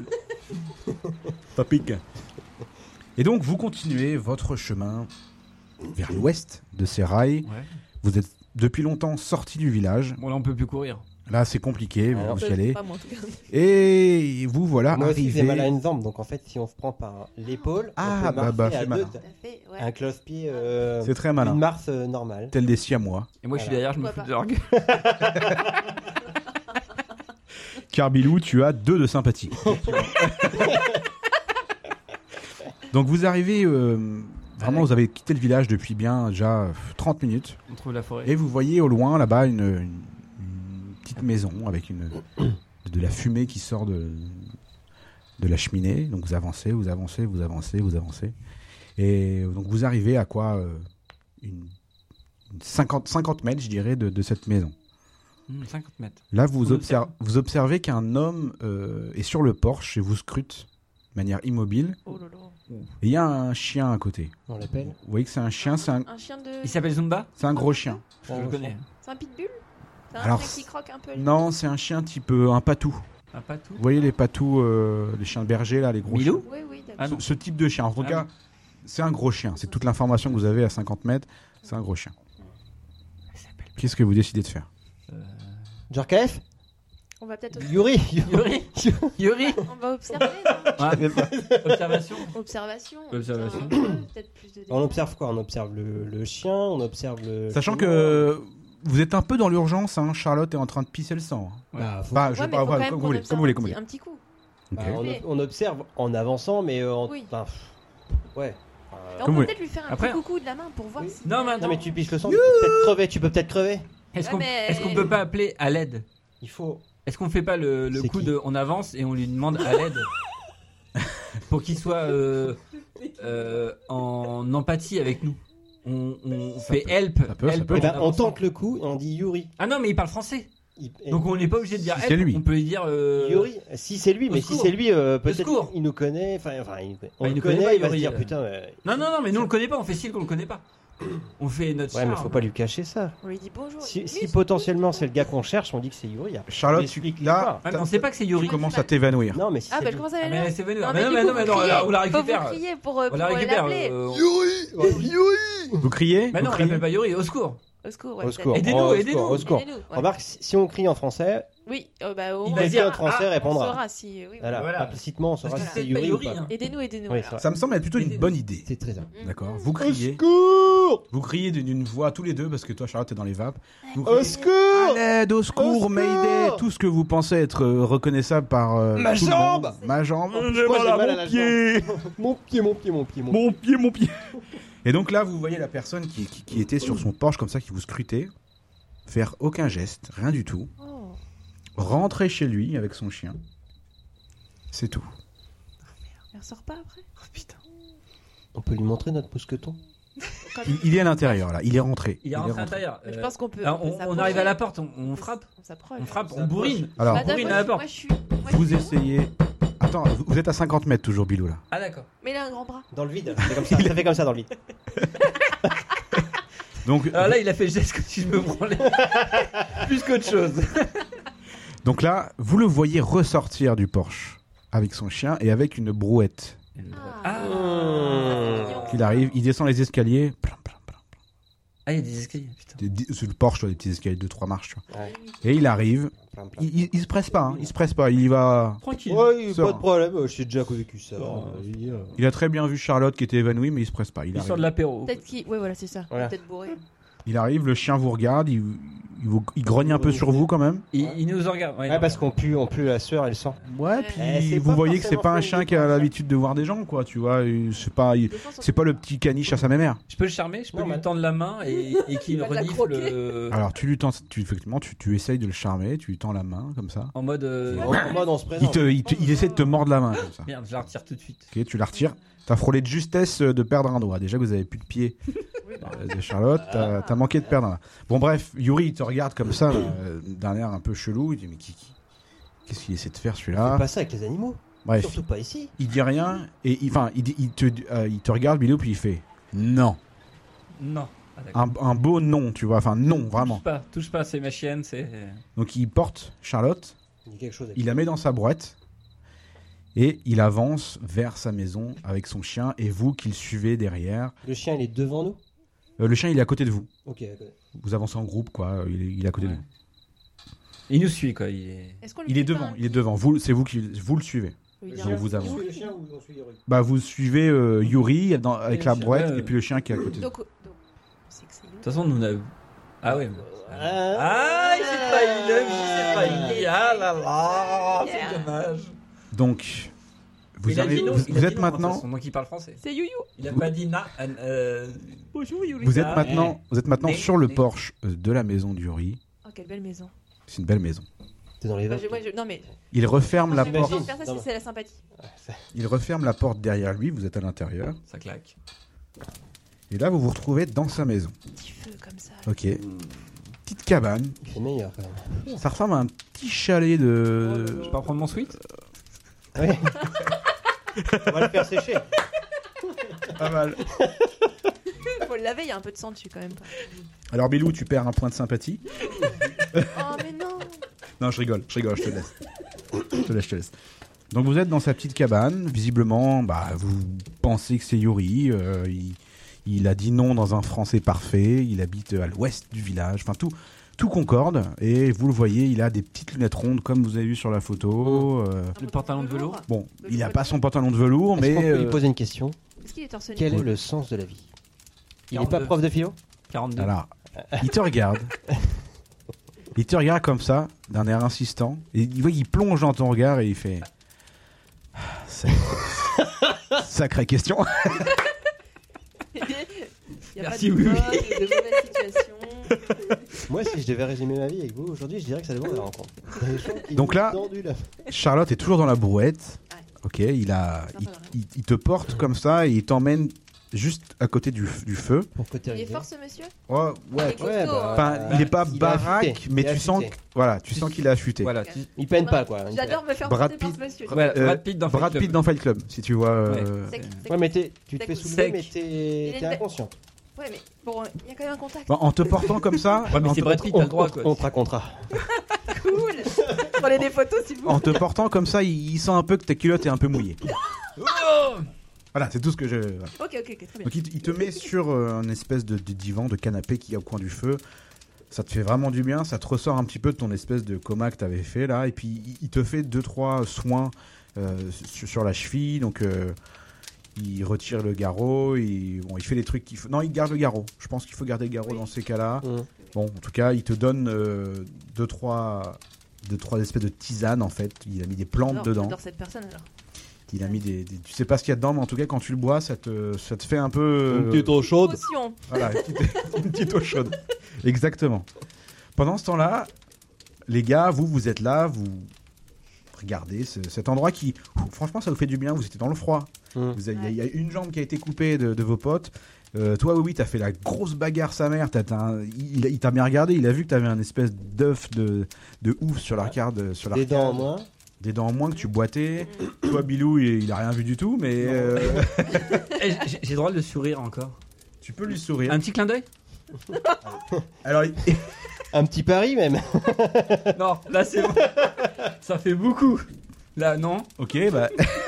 S2: Ça pique. Et donc, vous continuez votre chemin vers l'ouest de ces rails.
S3: Ouais.
S2: Vous êtes depuis longtemps sorti du village.
S3: Bon, là, on peut plus courir.
S2: Là, c'est compliqué,
S4: Alors,
S2: vous y allez.
S5: Pas moi en tout cas.
S2: Et vous voilà
S4: Moi aussi, j'ai mal à
S2: arrivé.
S4: une jambe, donc en fait, si on se prend par l'épaule,
S2: Ah,
S4: on peut
S2: bah,
S4: marcher
S2: fais
S4: à
S2: malin.
S4: deux,
S5: Tout à fait. Ouais.
S4: un close-pied,
S2: C'est très
S4: une
S2: malin.
S4: marche normale.
S2: Tel des siamois.
S3: Et moi, je suis
S4: Voilà.
S3: derrière, je me fous
S5: Pourquoi
S3: de leur gueule.
S2: Car Bilou, tu as 2 de sympathie. Donc vous arrivez, vraiment, vous avez quitté le village depuis bien déjà 30 minutes.
S3: On trouve la forêt.
S2: Et vous voyez au loin, là-bas, une petite maison avec de la fumée qui sort de la cheminée. Donc vous avancez. Et donc vous arrivez à quoi une 50 mètres, je dirais, de cette maison.
S3: 50 mètres.
S2: Là,
S3: On
S2: vous observez qu'un homme est sur le porche et vous scrute de manière immobile.
S5: Oh là là.
S2: Et il y a un chien à côté.
S4: On l'appelle.
S2: Vous voyez que c'est un chien, c'est
S5: Un chien de.
S3: Il s'appelle Zumba ?
S2: un gros chien.
S3: Je le connais.
S5: C'est un pitbull. C'est un
S2: Alors,
S5: chien qui croque un peu.
S2: Non, c'est un chien type un patou.
S3: Un patou.
S2: Vous voyez les patous, les chiens de berger, là, les gros
S3: Milou ?
S5: Oui, oui, d'accord.
S3: Ah non.
S2: Ce type de chien. En tout
S3: Ah
S2: cas, c'est un gros chien. C'est toute l'information que vous avez à 50 mètres. C'est un gros chien. Qu'est-ce que vous décidez de faire?
S4: Djorkaeff,
S5: On va peut-être.
S4: Yuri.
S3: Yuri Yuri
S5: On va observer, non
S3: Observation.
S5: Observation.
S3: Observation.
S5: Peut-être plus de.
S4: On observe quoi? On observe le chien, on observe le.
S2: Sachant que vous êtes un peu dans l'urgence, hein. Charlotte est en train de pisser le sang.
S4: Bah, faut-
S2: Bah,
S5: Ouais,
S2: je
S5: mais
S2: sais pas,
S5: faut quand même
S2: comme vous
S5: qu'on
S2: voulez,
S5: observe
S2: comme vous voulez,
S5: un
S2: comme vous
S5: petit-
S2: voulez.
S5: Un petit coup.
S4: bah,
S2: Ok.
S4: on observe en avançant, mais
S5: Oui.
S4: enfin, ouais.
S5: On
S2: Comme
S5: peut
S2: vous
S5: peut-être lui faire un
S3: Après,
S5: petit coucou de la main pour voir
S4: Oui.
S5: si.
S3: Non, mais
S4: Non
S3: attends.
S4: mais tu pisses le sang, tu peux peut-être crever.
S3: Est-ce
S5: Ouais,
S3: qu'on
S5: mais-
S3: est-ce qu'on peut pas appeler à l'aide?
S4: Il faut.
S3: Est-ce qu'on fait pas le
S4: C'est
S3: coup
S4: qui
S3: de on avance et on lui demande à l'aide pour qu'il soit en empathie avec nous? On fait help.
S2: ça peut, ça
S3: help
S2: peut.
S3: en
S4: Eh ben, on
S3: avançant.
S4: tente le coup et on dit Yuri.
S3: Ah non, mais il parle français.
S4: Il-
S3: Donc on n'est pas obligé de dire
S2: Si
S3: help.
S2: c'est lui.
S3: On peut lui dire.
S4: Yuri, si c'est lui,
S3: au
S4: mais si
S3: secours.
S4: c'est lui, peut-être
S3: secours.
S4: il nous connaît. Enfin, on
S3: il
S4: le
S3: nous connaît
S4: connaît,
S3: pas,
S4: il va se
S3: Yuri,
S4: dire putain.
S3: Non, non, non, mais nous on le connaît pas. On fait style qu'on le connaît pas. On fait notre.
S4: Ouais, mais
S3: charme.
S4: faut pas lui cacher ça.
S5: On lui dit bonjour.
S4: Si
S5: Oui,
S4: potentiellement c'est le gars qu'on cherche, on dit que c'est Yuri.
S2: Charlotte,
S4: Explique
S2: là,
S4: l'histoire.
S3: Ouais, mais on sait pas que c'est Yuri.
S2: tu commences à t'évanouir.
S4: Non, mais si
S5: Ah,
S4: c'est
S5: bah
S4: lui.
S5: je commence à
S3: Ah,
S5: aller
S3: mais
S5: là.
S3: c'est venu.
S5: Non,
S3: Mais
S5: mais
S3: non,
S5: du
S3: mais
S5: coup,
S3: non, mais
S5: vous
S3: non,
S5: criez.
S3: on la
S5: Faut
S3: récupère.
S5: vous crier pour
S3: On la récupère.
S5: l'appeler.
S3: on-
S4: Yuri.
S2: Yuri. Vous criez?
S3: Mais non, on l'appelle pas Yuri, au secours.
S5: Au secours,
S4: Au secours.
S3: Aidez-nous,
S4: Au secours.
S5: Aidez-nous, ouais.
S4: Remarque, si on crie en français,
S5: Oui, au
S3: Il
S5: moins,
S3: va dire,
S4: quelqu'un en français
S5: on
S4: répondra.
S5: saura si. Oui,
S4: Voilà. Implicitement, on saura
S3: Parce
S4: si
S3: que
S4: c'est
S3: c'est pas
S4: Yuri ou
S3: Yuri,
S4: pas.
S3: hein.
S5: Aidez-nous.
S4: Oui,
S5: alors.
S4: c'est vrai.
S2: Ça me semble être plutôt une bonne idée.
S4: C'est très bien.
S2: D'accord. Vous
S4: Au
S2: criez.
S4: secours!
S2: Vous criez d'une voix tous les deux parce que toi, Charlotte, t'es dans les vapes. Vous
S4: Au
S2: criez,
S4: secours!
S2: à l'aide, au secours,
S4: secours
S2: Mayday, tout ce que vous pensez être reconnaissable par
S4: Ma
S2: tout le
S4: jambe
S2: monde. Ma jambe.
S4: Moi,
S2: J'ai mal à
S4: mal à
S2: mon
S4: la
S2: pied.
S4: Mon pied.
S2: Mon pied. Et donc là, vous voyez la personne qui était sur son Porsche comme ça, qui vous scrutait, faire aucun geste, rien du tout,
S5: Oh.
S2: rentrer chez lui avec son chien. C'est tout.
S5: Il ressort pas après.
S3: Oh putain.
S4: On peut lui montrer notre mousqueton?
S2: Il est à l'intérieur là, il est rentré.
S3: Il est rentré à l'intérieur.
S5: Je pense qu'on peut.
S3: Alors, on
S5: s'approcher.
S3: arrive à la porte, on frappe.
S5: On s'approche.
S3: On frappe, on bourrine.
S2: Alors,
S5: Madame,
S3: bourrine
S5: moi,
S3: à la
S5: je-
S3: porte.
S5: moi, je suis.
S2: vous essayez. Attends, vous êtes à 50 mètres toujours, Bilou là.
S3: Ah d'accord.
S5: Mais il a un grand bras.
S4: Dans le vide. C'est comme ça. Ça fait comme ça dans le vide.
S2: Donc,
S3: Alors là, il a fait le geste que si je me branlais. Plus qu'autre chose.
S2: donc là, vous le voyez ressortir du Porsche avec son chien et avec une brouette.
S3: Ah.
S2: Il arrive, il descend les escaliers. Plan, plan, plan.
S3: Ah, il y a des escaliers, putain.
S2: C'est le Porsche, tu vois, des petits escaliers de 3 marches. Tu vois.
S4: Ouais.
S2: Et il arrive. Il se presse pas, hein, il se presse pas. Il y va.
S3: Tranquille.
S4: Ouais,
S2: Sort.
S4: pas de problème. J'ai déjà vécu ça.
S2: Il a très bien vu Charlotte qui était évanouie, mais il se presse pas. Il
S3: Il sort de
S2: arrive.
S3: l'apéro.
S5: Peut-être qu'il. Ouais, voilà, c'est ça.
S4: Voilà.
S5: Peut-être bourré.
S2: Il arrive, le chien vous regarde, il grogne un peu sur vous quand même.
S3: Il nous regarde.
S4: Ouais, parce qu'on pue la sueur et le sang.
S2: Ouais,
S5: Ouais.
S2: puis
S4: c'est
S2: vous
S4: pas
S2: voyez que c'est
S4: forcément
S2: pas un
S4: fait
S2: chien
S4: une
S2: qui a
S4: défense.
S2: l'habitude de voir des gens, quoi. Tu vois,
S5: Des fois,
S2: c'est pas le petit caniche à sa mémère.
S3: Je peux le charmer, je peux
S4: Normal.
S3: lui tendre la main et qu'il
S5: Il va te la
S3: renifle
S5: croquer.
S2: Alors tu lui tends, effectivement, tu essayes de le charmer, tu lui tends la main comme ça.
S3: en mode.
S4: En mode on se présente.
S2: Il essaie de te mordre la main comme ça.
S3: Merde, je la retire tout de suite.
S2: Ok, tu la retires. T'as frôlé de justesse de perdre un doigt. Déjà que vous avez plus de pied de Charlotte, t'as manqué de perdre un. Bon bref, Yuri il te regarde comme ça, là, d'un air un peu chelou. Il dit mais qu'est-ce qu'il essaie de faire
S4: Fais
S2: celui-là?
S4: pas ça avec les animaux.
S2: Bref,
S4: Surtout pas ici.
S2: il dit rien et il te regarde Bilou puis il fait non,
S3: Non. Ah, d'accord.
S2: un beau non, tu vois, enfin non vraiment.
S3: Touche pas, c'est ma chienne, c'est.
S2: Donc il porte Charlotte,
S4: Il y a quelque chose.
S2: il la met dans sa boîte et il avance vers sa maison avec son chien et vous qui le suivez derrière.
S4: Le chien, il est devant nous.
S2: Le chien il est à côté de vous.
S4: Ok, d'accord.
S2: Vous avancez en groupe quoi. Il est à côté de
S3: Ouais.
S2: vous.
S3: Il nous suit, quoi.
S5: Est-ce qu'on lui
S2: Il est
S5: fait pas
S2: devant.
S5: un
S2: Il est
S5: petit-
S2: devant. C'est vous qui vous le suivez.
S5: lui
S4: Le
S5: dire
S2: Donc
S5: un
S2: vous
S5: petit
S2: avancez.
S5: mot.
S4: le chien ou on suit Yuri?
S2: Bah vous suivez Yuri avec
S3: Et
S2: la
S3: le chien,
S2: brouette
S3: ouais.
S2: et puis le chien qui est à côté.
S5: Donc, on sait que c'est
S3: De toute façon, nous on a. Ah ouais.
S4: Ah,
S3: il s'est failli, le il s'est failli. Ah là là, c'est dommage.
S2: Donc vous,
S3: Il a dit
S2: arrivez-
S3: non,
S2: vous,
S3: il a
S2: vous
S3: dit
S2: êtes
S3: non,
S2: maintenant.
S3: de toute façon, donc il parle français.
S5: C'est Youyou.
S3: Il a pas dit na.
S5: Bonjour Youyou.
S2: Vous êtes
S3: Ah,
S2: maintenant
S3: mais-
S2: sur le
S3: mais-
S2: Porsche de la maison du Yuri.
S5: Oh, quelle belle maison.
S2: C'est une belle maison.
S4: T'es dans les
S5: Moi,
S4: vaches.
S5: non, mais.
S2: Il referme la
S5: J'ai
S2: porte.
S5: pas envie de faire ça
S4: Non,
S5: si
S4: non.
S5: c'est la sympathie.
S2: Il referme la porte derrière lui. Vous êtes à l'intérieur.
S3: Ça claque.
S2: Et là, vous vous retrouvez dans sa maison.
S5: Petit feu comme ça.
S2: Ok. Petite cabane.
S4: C'est meilleur quand même.
S2: Ça ressemble à un petit chalet de.
S3: Je peux prendre mon sweat?
S4: Oui. On va le faire sécher.
S2: Pas mal.
S5: Faut le laver, il y a un peu de sang dessus quand même.
S2: Alors Bilou, tu perds un point de sympathie.
S5: Oh, mais non.
S2: Non, je rigole, je te laisse. Je te laisse. Donc vous êtes dans sa petite cabane, visiblement, vous pensez que c'est Yuri, il a dit non dans un français parfait, il habite à l'ouest du village, enfin tout concorde, et vous le voyez, il a des petites lunettes rondes comme vous avez vu sur la photo.
S3: Le pantalon de velours.
S2: Bon, il n'a pas son pantalon de velours,
S4: Est-ce
S2: mais
S4: qu'on peut lui poser une question?
S5: Est-ce qu'il est torse nu?
S4: Quel est le sens de la vie? Il n'est
S3: 42.
S4: pas prof de philo?
S3: 42.
S2: alors, il te regarde. Il te regarde comme ça, d'un air insistant, et il plonge dans ton regard et il fait... Sacrée question.
S5: Il n'y a
S3: Merci,
S5: pas de
S3: oui,
S5: bonne, de mauvaise situation.
S4: Moi, si je devais résumer ma vie avec vous aujourd'hui, je dirais que ça dépend de la rencontre.
S2: Donc là- Charlotte est toujours dans la brouette.
S5: Ouais.
S2: Ok, il te porte comme ça et il t'emmène juste à côté du feu.
S4: Pour côté
S5: Il est
S4: rivière.
S5: fort ce monsieur?
S2: Ouais,
S5: Il est costaud, hein.
S2: Enfin, il est pas
S4: il est
S2: baraque,
S4: affûté.
S2: mais
S4: Il est
S2: tu sens,
S4: affûté.
S2: tu sens qu'il est affûté.
S3: Voilà.
S4: Il peine pas quoi.
S5: J'adore me faire
S2: Brad
S5: porter par
S2: Pitt.
S5: ce monsieur.
S3: Voilà, Brad Pitt dans Fight
S2: Brad
S3: Club.
S2: Pitt dans Fight Club, si tu vois.
S5: Sec,
S4: Ouais, mais tu te fais
S5: Sec.
S4: soulever, mais
S5: Il
S4: t'es
S5: est-
S4: inconscient.
S5: Ouais, mais bon, il y a quand même un contact.
S2: Bon, en te portant comme ça,
S3: Ouais, mais
S2: en
S3: c'est
S2: te-
S3: Brad Pitt, t'as le droit, quoi.
S4: On te racontera.
S5: Cool. Prenez des photos s'il vous plaît.
S2: en te portant comme ça, il sent un peu que ta culotte est un peu mouillée. Voilà, c'est tout ce que je... Voilà.
S5: Ok, très bien.
S2: Donc il te met sur un espèce de divan, de canapé qui est au coin du feu. Ça te fait vraiment du bien, ça te ressort un petit peu de ton espèce de coma que tu avais fait là. Et puis il te fait 2-3 soins sur la cheville. Donc il retire le garrot, il fait les trucs qu'il faut. Non, il garde le garrot. Je pense qu'il faut garder le garrot dans ces cas-là. Bon, en tout cas, il te donne 2-3 espèces de tisanes en fait. Il a mis des plantes dedans.
S5: J'adore cette personne alors.
S2: Il a mis des... Tu sais pas ce qu'il y a dedans, mais en tout cas, quand tu le bois, ça te fait un peu...
S4: Une petite eau chaude.
S5: Potion.
S2: Voilà, une petite eau chaude. Exactement. Pendant ce temps-là, les gars, vous êtes là, vous regardez cet endroit qui... Franchement, ça vous fait du bien, vous étiez dans le froid. Il y a une jambe qui a été coupée de vos potes. Toi, oui, t'as fait la grosse bagarre sa mère. Il t'a bien regardé, il a vu que t'avais un espèce d'œuf de ouf sur l'arcade.
S4: Des dents en moins.
S2: Des dents en moins que tu boitais. Toi, Bilou, il a rien vu du tout, mais...
S3: J'ai le droit de sourire encore.
S2: Tu peux lui sourire.
S3: Un petit clin d'œil.
S2: Alors,
S4: Un petit pari même.
S3: Non, là c'est bon. Ça fait beaucoup. Là, non.
S2: Ok, bah...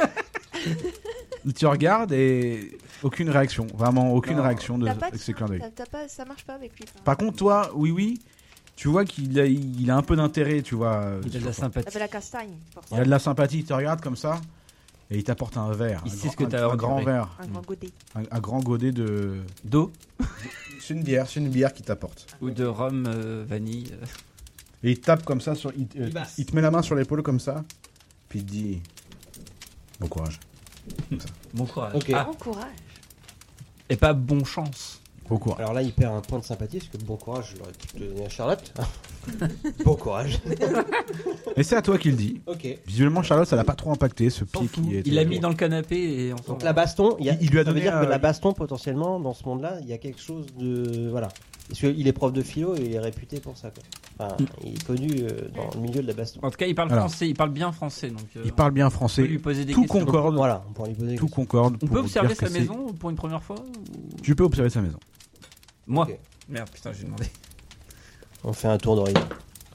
S2: Tu regardes et... Aucune réaction. Vraiment, aucune réaction avec ces clins d'œil.
S5: Ça marche pas avec lui.
S2: Par contre, toi, oui... Tu vois qu'il a un peu d'intérêt, tu vois.
S3: Il a de la sympathie.
S5: Il a de la castagne.
S2: Il a de la sympathie, il te regarde comme ça et il t'apporte un verre.
S3: Il sait ce que t'as
S2: un grand verre.
S5: Un grand godet.
S2: Un grand godet
S3: d'eau.
S2: C'est une bière qu'il t'apporte.
S3: Ou de rhum vanille.
S2: Et il te tape comme ça, il te met la main sur l'épaule comme ça, puis il te dit bon courage. Comme ça.
S3: Bon courage.
S4: Okay.
S5: Bon courage.
S3: Et pas bon chance.
S2: Bon courage.
S4: Alors là, il perd un point de sympathie parce que bon courage, je l'aurais pu te donner à Charlotte. Bon courage.
S2: Et c'est à toi qu'il dit.
S4: Ok.
S2: Visuellement, Charlotte, ça l'a pas trop impacté, ce pied qui est.
S3: Il l'a mis dans le canapé et
S4: donc la baston,
S2: il lui a donné.
S4: Ça veut dire que la baston, potentiellement, dans ce monde-là, il y a quelque chose de. Voilà. Parce qu'il est prof de philo et il est réputé pour ça, quoi. Enfin, il est connu dans le milieu de la baston.
S3: En tout cas, il parle français, il parle bien français. Donc,
S2: il parle bien français.
S3: On peut lui poser des
S2: tout
S3: questions.
S2: concorde.
S4: Voilà, on pourra lui poser des
S2: tout
S4: questions.
S2: concorde.
S3: On peut observer sa maison pour une première fois
S2: Tu peux observer sa maison.
S3: Moi
S4: Ok.
S3: Merde, putain, j'ai demandé.
S4: On fait un tour d'horizon.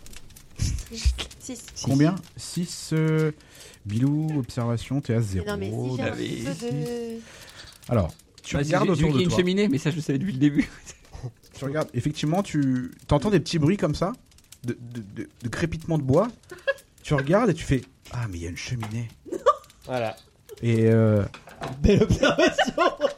S5: 6.
S2: Combien 6. Bilou, observation, t'es à 0.
S5: Non, mais si j'ai un peu de.
S2: Alors, tu regardes autour de toi.
S3: Il y a une cheminée, mais ça, je le savais depuis le début.
S2: Tu regardes, effectivement, tu entends des petits bruits comme ça, de crépitement de bois. Tu regardes et tu fais ah, mais il y a une cheminée.
S4: Voilà.
S2: Et
S4: belle observation.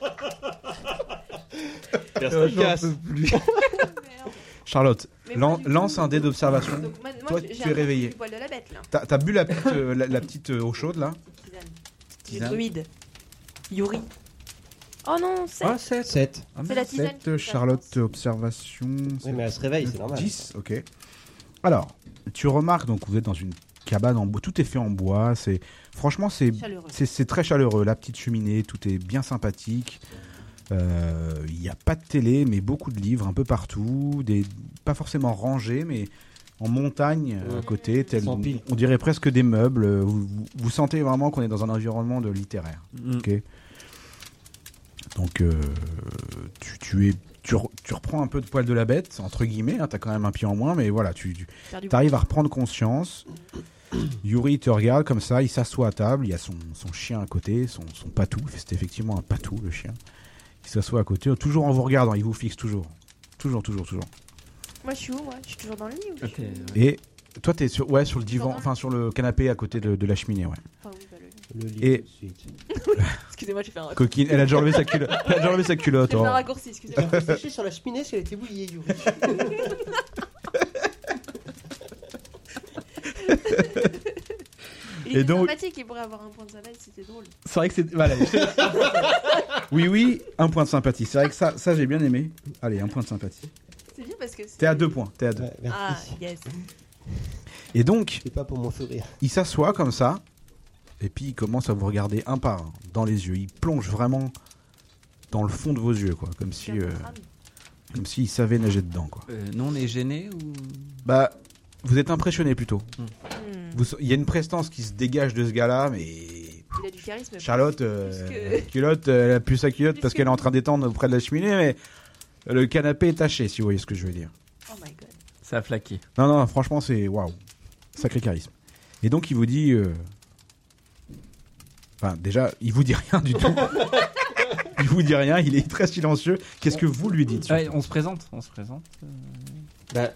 S2: Charlotte, lance un dé d'observation.
S5: Moi,
S2: toi, tu es réveillé.
S5: Du poil de la bête, là.
S2: T'as bu la petite eau chaude là.
S5: Tisane. Druide. Yuri. Oh non, 7.
S3: Ah, 7.
S4: 7.
S5: C'est la tisane.
S2: 7, Charlotte, observation.
S4: Oui, mais elle se réveille, c'est normal.
S2: 10, ok. Alors, tu remarques, donc vous êtes dans une cabane en bois, tout est fait en bois. Franchement, c'est très chaleureux. La petite cheminée, tout est bien sympathique. Il n'y a pas de télé, mais beaucoup de livres un peu partout. Pas forcément rangés, mais en montagne à côté. On dirait presque des meubles. Vous sentez vraiment qu'on est dans un environnement de littéraire. Ok. Donc, tu reprends un peu de poil de la bête, entre guillemets. Hein, tu as quand même un pied en moins, mais voilà, tu arrives à reprendre conscience. Yuri te regarde comme ça, il s'assoit à table, il y a son chien à côté, son patou. C'est effectivement un patou, le chien. Il s'assoit à côté, toujours en vous regardant, il vous fixe toujours. Toujours.
S5: Moi, je suis où, moi? Je suis toujours dans le lit ou
S3: Okay.
S2: Et toi, t'es sur le divan, enfin sur le canapé à côté de la cheminée, ouais.
S5: Enfin, oui, bah,
S4: Le lit
S2: Et-
S4: tout de suite.
S5: Excusez-moi, j'ai fait un raccourci.
S2: Coquine, elle a déjà enlevé sa culotte.
S5: J'ai fait
S2: Oh.
S5: un raccourci, excusez-moi.
S4: Séché sur la cheminée parce qu'elle était mouillée, Yuri.
S5: Il
S2: Et
S5: était
S2: donc-
S5: sympathique, il pourrait avoir un point de sympathie, c'était drôle.
S2: C'est vrai que c'est. Voilà. Oui, un point de sympathie. C'est vrai que ça j'ai bien aimé. Allez, un point de sympathie.
S5: C'est bien parce que.
S2: T'es à 2 points. T'es à 2.
S4: Ouais, merci.
S5: Ah, yes.
S2: Et donc,
S4: C'est pas pour mon sourire.
S2: il s'assoit comme ça. Et puis il commence à vous regarder un par un dans les yeux. Il plonge vraiment dans le fond de vos yeux, quoi. Comme s'il savait nager dedans, quoi.
S3: Nous, on est gênés ou.
S2: Bah, vous êtes impressionné plutôt.
S5: Hmm.
S2: Il y a une prestance qui se dégage de ce gars-là, mais.
S5: Il a du charisme.
S2: Charlotte,
S5: que-
S2: culotte, elle a plus sa culotte
S5: Plus
S2: parce
S5: que-
S2: qu'elle est en train d'étendre auprès de la cheminée, mais le canapé est taché, si vous voyez ce que je veux dire.
S5: Oh my god.
S3: Ça a flaqué.
S2: Non, franchement, c'est waouh. Sacré charisme. Et donc, il vous dit Enfin, déjà, il vous dit rien du tout. Il vous dit rien, il est très silencieux. Qu'est-ce que vous lui dites?
S3: On se présente.
S4: Bah,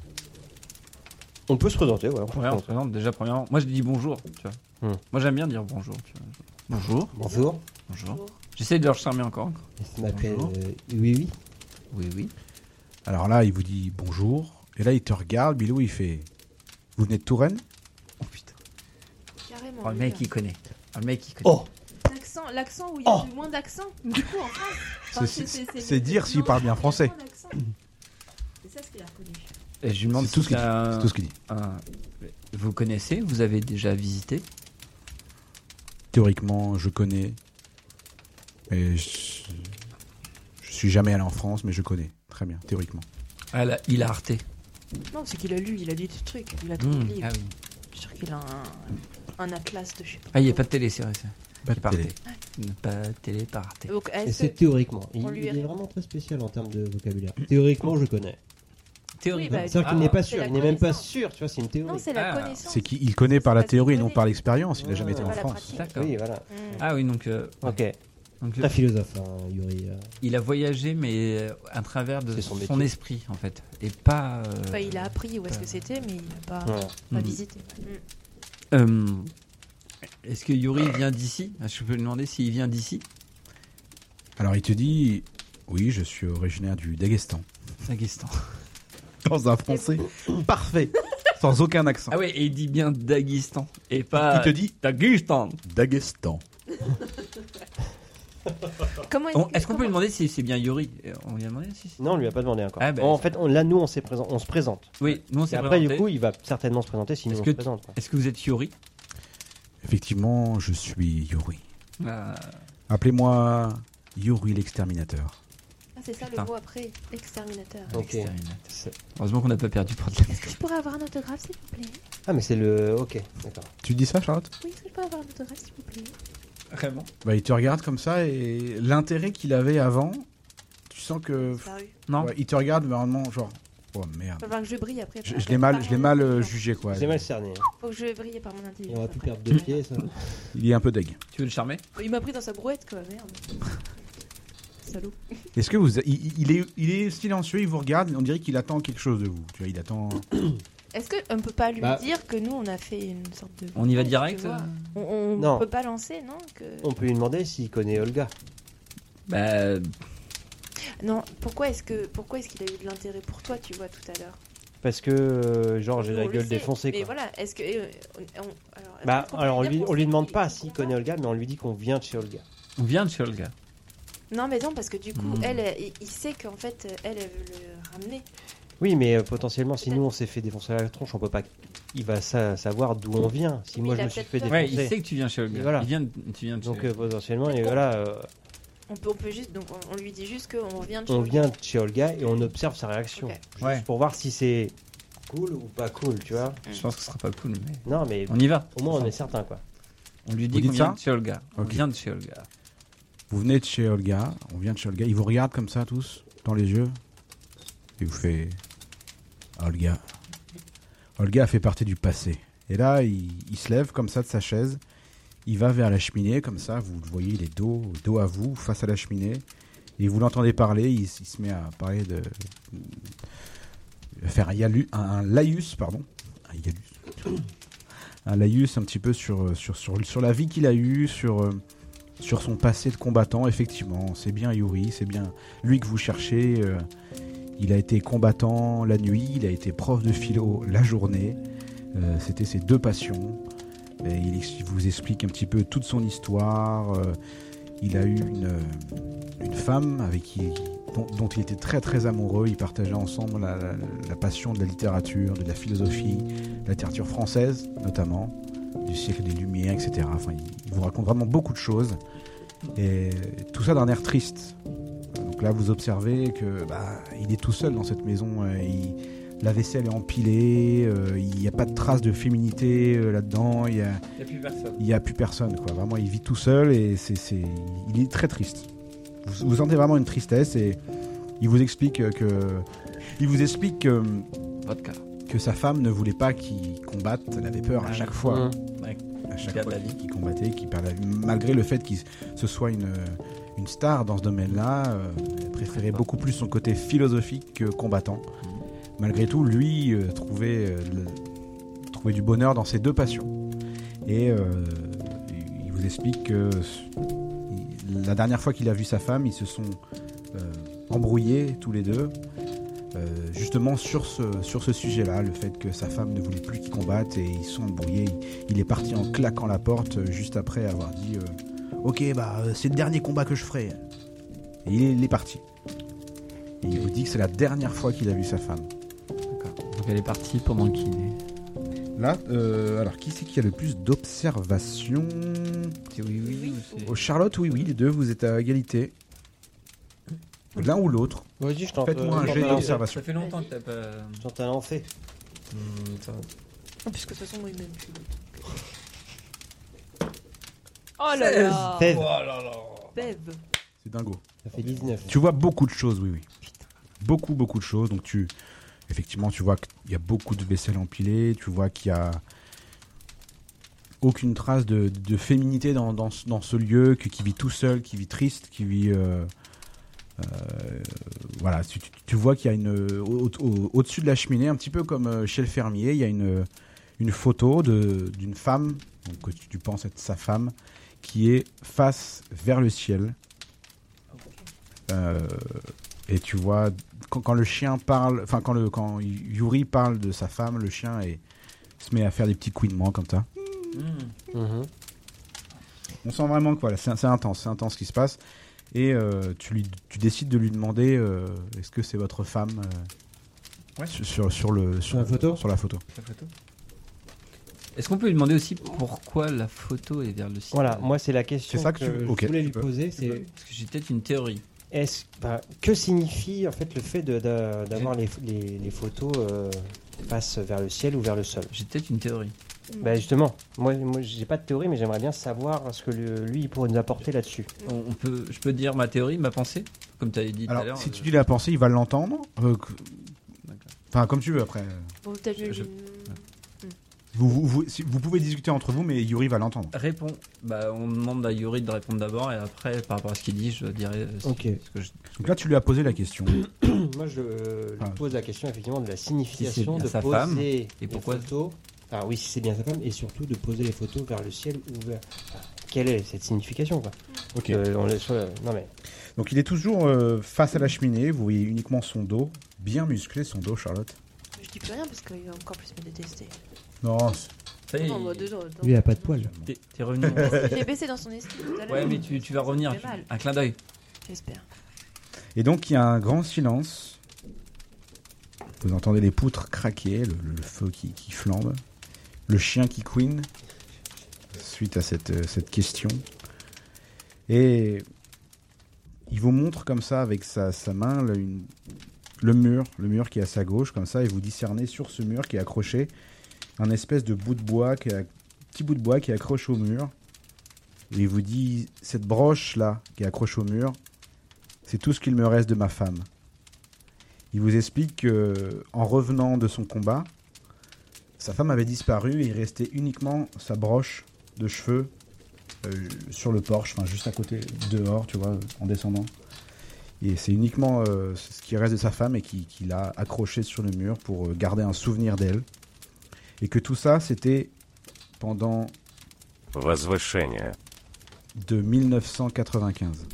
S4: on peut se présenter, ouais.
S3: On se présente déjà premièrement. Moi je dis bonjour, tu vois. Moi j'aime bien dire bonjour, tu vois. Bonjour. J'essaie de leur charmer encore.
S4: Il m'appelle oui.
S2: Alors là, il vous dit bonjour. Et là, il te regarde, Bilou, il fait... Vous venez de Touraine?
S3: Oh putain.
S5: Carrément.
S3: Oh, le mec il connaît.
S4: Oh.
S5: L'accent où il y a moins d'accent, du coup, en France.
S2: C'est dire s'il parle bien français.
S5: C'est ça ce qu'il a reconnu.
S3: Et je lui demande
S2: C'est tout ce qu'il dit.
S3: Vous connaissez? Vous avez déjà visité?
S2: Théoriquement, je connais. Et je suis jamais allé en France, mais je connais. Très bien, théoriquement.
S3: Il a Arte.
S5: Non, c'est qu'il a lu, il a lu des trucs. Il a trouvé le livre.
S3: Ah oui.
S5: Je suis sûr qu'il a un atlas de je sais pas.
S3: Ah, il n'y a pas de télé, c'est vrai.
S2: Pas de télé.
S3: Pas de télé, pas Arte.
S5: Donc,
S4: Et c'est théoriquement. Il est vraiment très spécial en termes de vocabulaire. Théoriquement, je connais.
S3: Théoriquement.
S4: C'est-à-dire qu'il n'est pas sûr. Il n'est même pas sûr, tu vois, c'est une théorie.
S5: Non, c'est la connaissance.
S2: C'est qu'il connaît par la théorie et non par l'expérience. Il n'a jamais été en France.
S3: D'accord.
S4: Oui, voilà.
S3: Ah oui, donc...
S4: Ok. Très philosophe, Yuri.
S3: Il a voyagé, mais à travers de
S4: son
S3: son esprit, en fait. Et pas...
S5: Enfin, il a appris où est-ce que c'était, mais il n'a pas visité.
S3: Est-ce que Yuri vient d'ici? Je peux lui demander s'il vient d'ici.
S2: Alors il te dit, oui, je suis originaire du Daghestan.
S3: Daghestan.
S2: Dans un français parfait, sans aucun accent.
S3: Ah ouais, et il dit bien Daghestan et pas.
S2: Il te dit
S3: Daghestan.
S2: Daghestan.
S3: Est-ce qu'on peut lui demander si c'est bien Yuri? On lui a demandé si
S4: Non, on lui a pas demandé encore.
S3: Ah ben,
S4: en fait, là, nous, on se présente.
S3: Oui, nous on s'est
S4: Et après,
S3: présenté.
S4: du coup, il va certainement se présenter si nous on se présente. Quoi.
S3: Est-ce que vous êtes Yuri?
S2: Effectivement, je suis Yuri. Appelez-moi Yuri l'exterminateur.
S5: Ah, c'est ça le mot après, exterminateur.
S4: Ok.
S3: Heureusement qu'on n'a pas perdu pour de la...
S5: Est-ce que je pourrais avoir un autographe, s'il vous plaît?
S4: Ah, mais c'est le. Ok, d'accord.
S2: Tu dis ça, Charlotte?
S5: Oui, est-ce que je pourrais avoir un autographe, s'il vous plaît?
S3: Vraiment?
S2: Bah, il te regarde comme ça et l'intérêt qu'il avait avant, tu sens que.
S3: Non.
S2: Ouais, il te regarde vraiment genre. Oh merde.
S5: Faut que je brille après.
S2: Je l'ai mal jugé quoi.
S4: J'ai mal cerné.
S5: Faut que je brille par mon intelligence.
S4: On va plus perdre de pieds, ça.
S2: Il est un peu deg.
S3: Tu veux le charmer?
S5: Il m'a pris dans sa brouette quoi, merde. Salaud.
S2: Est-ce que vous. Il est silencieux, il vous regarde, on dirait qu'il attend quelque chose de vous. Tu vois, il attend.
S5: Est-ce qu'on peut pas lui dire que nous on a fait une sorte de.
S3: On y va direct?
S5: On peut pas lancer, non
S4: On peut lui demander s'il connaît Olga.
S3: Bah.
S5: Non, pourquoi est-ce qu'il a eu de l'intérêt pour toi, tu vois, tout à l'heure?
S4: Parce que, genre, j'ai la gueule défoncée, quoi.
S5: Mais voilà, est-ce que...
S4: alors on lui demande pas s'il connaît Olga, mais on lui dit qu'on vient de chez Olga.
S3: On vient de chez Olga.
S5: Non, mais non, parce que du coup, il sait qu'en fait, elle veut le ramener.
S4: Oui, mais potentiellement, si nous, on s'est fait défoncer la tronche, on peut pas... Il va savoir d'où on vient. Si moi, je me suis fait défoncer...
S3: Ouais, il sait que tu viens chez Olga.
S4: Voilà.
S3: Tu viens de
S4: donc, potentiellement, et voilà...
S5: On peut juste, donc on lui dit juste qu'on vient de chez
S4: Olga. On
S5: Olga.
S4: vient de chez Olga et on observe sa réaction. Okay. Juste pour voir si c'est cool ou pas cool, tu vois.
S3: Je pense que ce sera pas cool, mais...
S4: Non, mais...
S3: On y va.
S4: Au moins, on est certain, quoi.
S3: On lui dit qu'on vient de chez Olga. On vient de chez Olga.
S2: Vous venez de chez Olga, on vient de chez Olga. Il vous regarde comme ça, tous, dans les yeux. Et vous fait... Olga. Olga fait partie du passé. Et là, il se lève comme ça de sa chaise. Il va vers la cheminée, comme ça, vous le voyez, il est dos à vous, face à la cheminée. Et vous l'entendez parler, il se met à parler de... faire un laïus, pardon. Un laïus un petit peu sur la vie qu'il a eue, sur son passé de combattant. Effectivement, c'est bien Yuri, c'est bien lui que vous cherchez. Il a été combattant la nuit, il a été prof de philo la journée. C'était ses deux passions. Et il vous explique un petit peu toute son histoire. Il a eu une femme avec dont il était très très amoureux. Ils partageaient ensemble la passion de la littérature, de la philosophie, de la littérature française notamment, du siècle des Lumières, etc. Enfin, il vous raconte vraiment beaucoup de choses. Et tout ça d'un air triste. Donc là, vous observez que il est tout seul dans cette maison. La vaisselle est empilée, il n'y a pas de trace de féminité là-dedans, il n'y a plus personne. Quoi. Vraiment, il vit tout seul et il est très triste. Vous sentez vraiment une tristesse et il vous explique que sa femme ne voulait pas qu'il combatte, elle avait peur à chaque fois. à chaque fois qu'il combattait, qu'il perd la vie. Malgré le fait qu'il ce soit une star dans ce domaine-là, il préférait beaucoup plus son côté philosophique que combattant. Malgré tout, lui trouvait du bonheur dans ses deux passions. Et il vous explique que la dernière fois qu'il a vu sa femme, ils se sont embrouillés tous les deux, justement sur ce sujet-là, le fait que sa femme ne voulait plus qu'il combatte, et ils se sont embrouillés. Il est parti en claquant la porte juste après avoir dit ok, c'est le dernier combat que je ferai. Et il est parti. Et il vous dit que c'est la dernière fois qu'il a vu sa femme.
S3: D'accord. Donc elle est partie pendant qu'il est...
S2: Là, alors qui c'est qui a le plus d'observations?
S3: C'est oui.
S2: Charlotte, oui, les deux, vous êtes à égalité. L'un ou l'autre.
S4: Vas-y, je tente.
S2: Faites-moi un jet d'observation.
S3: Ça fait longtemps que t'as pas...
S4: Je tente un lancer.
S5: Puisque de toute façon, moi, il m'aime plus. Oh là là.
S4: Bev.
S5: Bev.
S2: C'est dingo.
S4: Ça fait 19.
S2: Tu vois beaucoup de choses, oui. Beaucoup de choses. Donc effectivement, tu vois qu'il y a beaucoup de vaisselle empilée. Tu vois qu'il y a aucune trace de féminité dans ce lieu, qui vit tout seul, qui vit triste, qui vit... voilà, tu vois qu'il y a au-dessus de la cheminée, un petit peu comme chez le fermier, il y a une photo d'une femme, donc que tu penses être sa femme, qui est face vers le ciel. Et tu vois, quand le chien parle, enfin quand Yuri parle de sa femme, le chien se met à faire des petits couinements comme ça. On sent vraiment que voilà, c'est intense ce qui se passe. Et tu décides de lui demander est-ce que c'est votre femme sur la photo. Sur la photo.
S3: Est-ce qu'on peut lui demander aussi pourquoi la photo est vers le ciel?
S4: Voilà, moi c'est la question
S2: que
S4: je voulais lui poser. C'est
S3: parce que j'ai peut-être une théorie.
S4: Que signifie en fait le fait d'avoir les photos face vers le ciel ou vers le sol?
S3: J'ai peut-être une théorie.
S4: Justement, moi j'ai pas de théorie, mais j'aimerais bien savoir ce que lui il pourrait nous apporter là-dessus.
S3: Je peux dire ma théorie, ma pensée, comme tu avais dit tout à l'heure.
S2: Si tu dis la pensée, il va l'entendre. Enfin, comme tu veux après.
S5: Bon, peut-être
S2: vous pouvez discuter entre vous, mais Yuri va l'entendre.
S3: Réponds. On demande à Yuri de répondre d'abord, et après, par rapport à ce qu'il dit, je dirais.
S4: Ok.
S2: Donc là, tu lui as posé la question.
S4: Moi, je lui pose la question effectivement de la signification de
S3: sa
S4: poser
S3: femme,
S4: et
S3: pourquoi
S4: photos. Ah oui, si c'est bien sa femme, et surtout de poser les photos vers le ciel ou vers... quelle est cette signification, quoi?
S2: Ok.
S4: Non mais.
S2: Donc il est toujours face à la cheminée. Vous voyez uniquement son dos, bien musclé son dos, Charlotte.
S5: Je dis plus rien parce qu'il va encore plus me détester.
S2: Non.
S3: Ça y est.
S4: Lui, il a pas de poils.
S3: T'es revenu.
S5: Il est baissé dans son estime tout à l'heure.
S3: Ouais, mais tu vas revenir. Un clin d'œil.
S5: J'espère.
S2: Et donc il y a un grand silence. Vous entendez les poutres craquer, le feu qui flambe, le chien qui couine suite à cette question. Et il vous montre comme ça avec sa main le mur qui est à sa gauche comme ça, et vous discernez sur ce mur qui est accroché un espèce de petit bout de bois qui est accroché au mur. Et il vous dit, cette broche là qui est accrochée au mur, c'est tout ce qu'il me reste de ma femme. Il vous explique qu'en revenant de son combat, sa femme avait disparu et il restait uniquement sa broche de cheveux sur le porche, enfin juste à côté, dehors, tu vois, en descendant. Et c'est uniquement ce qui reste de sa femme et qu'il a accroché sur le mur pour garder un souvenir d'elle. Et que tout ça, c'était pendant...
S7: Возвышение.
S2: De 1995.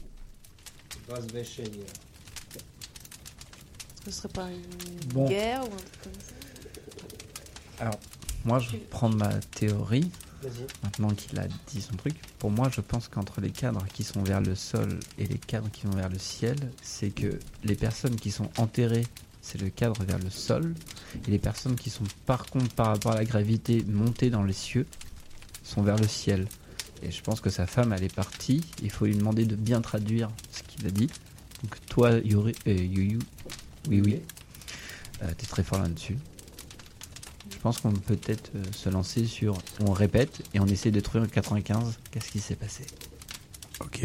S5: Ce serait pas une guerre ou un truc comme ça?
S3: Alors, moi, je vais prendre ma théorie.
S4: Vas-y.
S3: Maintenant qu'il a dit son truc. Pour moi, je pense qu'entre les cadres qui sont vers le sol et les cadres qui vont vers le ciel, c'est que les personnes qui sont enterrées, c'est le cadre vers le sol. Et les personnes qui sont, par contre, par rapport à la gravité, montées dans les cieux, sont vers le ciel. Et je pense que sa femme, elle est partie. Il faut lui demander de bien traduire ce qu'il a dit. Donc toi, Yuri, Yuyu, oui. T'es très fort là-dessus. Je pense qu'on peut peut-être se lancer sur... On répète et on essaie de trouver en 95 qu'est-ce qui s'est passé.
S2: Ok.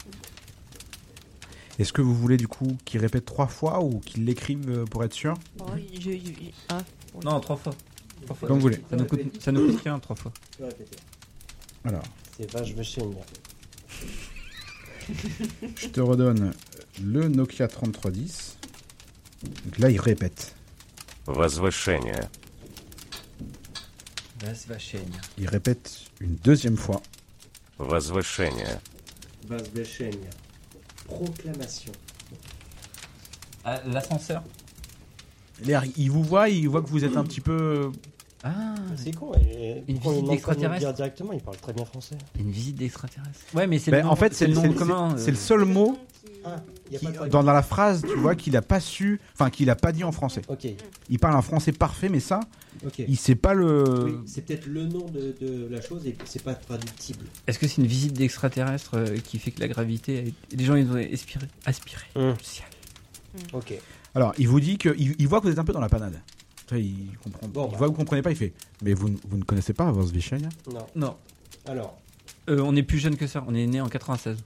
S2: Est-ce que vous voulez du coup qu'il répète 3 fois ou qu'il l'écrive pour être sûr?
S3: Non, 3 fois. 3 fois.
S2: Comme vous voulez.
S3: Ça nous coûte rien 3 fois.
S2: Alors.
S4: C'est Vashveshenia.
S2: Je te redonne le Nokia 3310. Donc là, il répète.
S7: Возвышение.
S3: Возвышение.
S2: Il répète une deuxième fois.
S7: Возвышение.
S4: Vashveshenia. Proclamation.
S3: Ah, l'ascenseur.
S2: Il vous voit, il voit que vous êtes un petit peu...
S3: Ah,
S4: C'est con.
S3: Une
S4: Pourquoi
S3: visite
S4: on
S3: d'extraterrestre.
S4: dire directement, il parle très bien français.
S3: une visite d'extraterrestre. Ouais, mais c'est
S2: Ben,
S3: le nom,
S2: en fait, c'est
S3: le nom
S2: c'est-
S3: commun.
S2: c'est le seul mot
S4: Ah, y a
S2: qui,
S4: pas de...
S2: dans la phrase, tu vois, qu'il a pas su, enfin qu'il a pas dit en français.
S4: Ok,
S2: Il parle un français parfait, mais ça,
S4: ok.
S2: il sait pas le.
S4: Oui, c'est peut-être le nom de la chose et c'est pas traductible.
S3: Est-ce que c'est une visite d'extraterrestre qui fait que la gravité... Les gens, ils ont aspiré le ciel.
S4: Ok.
S2: Alors, il vous dit que, il voit que vous êtes un peu dans la panade. Tu vois, il comprend.
S4: Bon,
S2: il
S4: bah.
S2: voit que vous comprenez pas. Il fait. Mais vous ne connaissez pas Vossvichenia?
S4: Non.
S3: Non.
S4: Alors.
S3: On est plus jeune que ça. On est né en 96.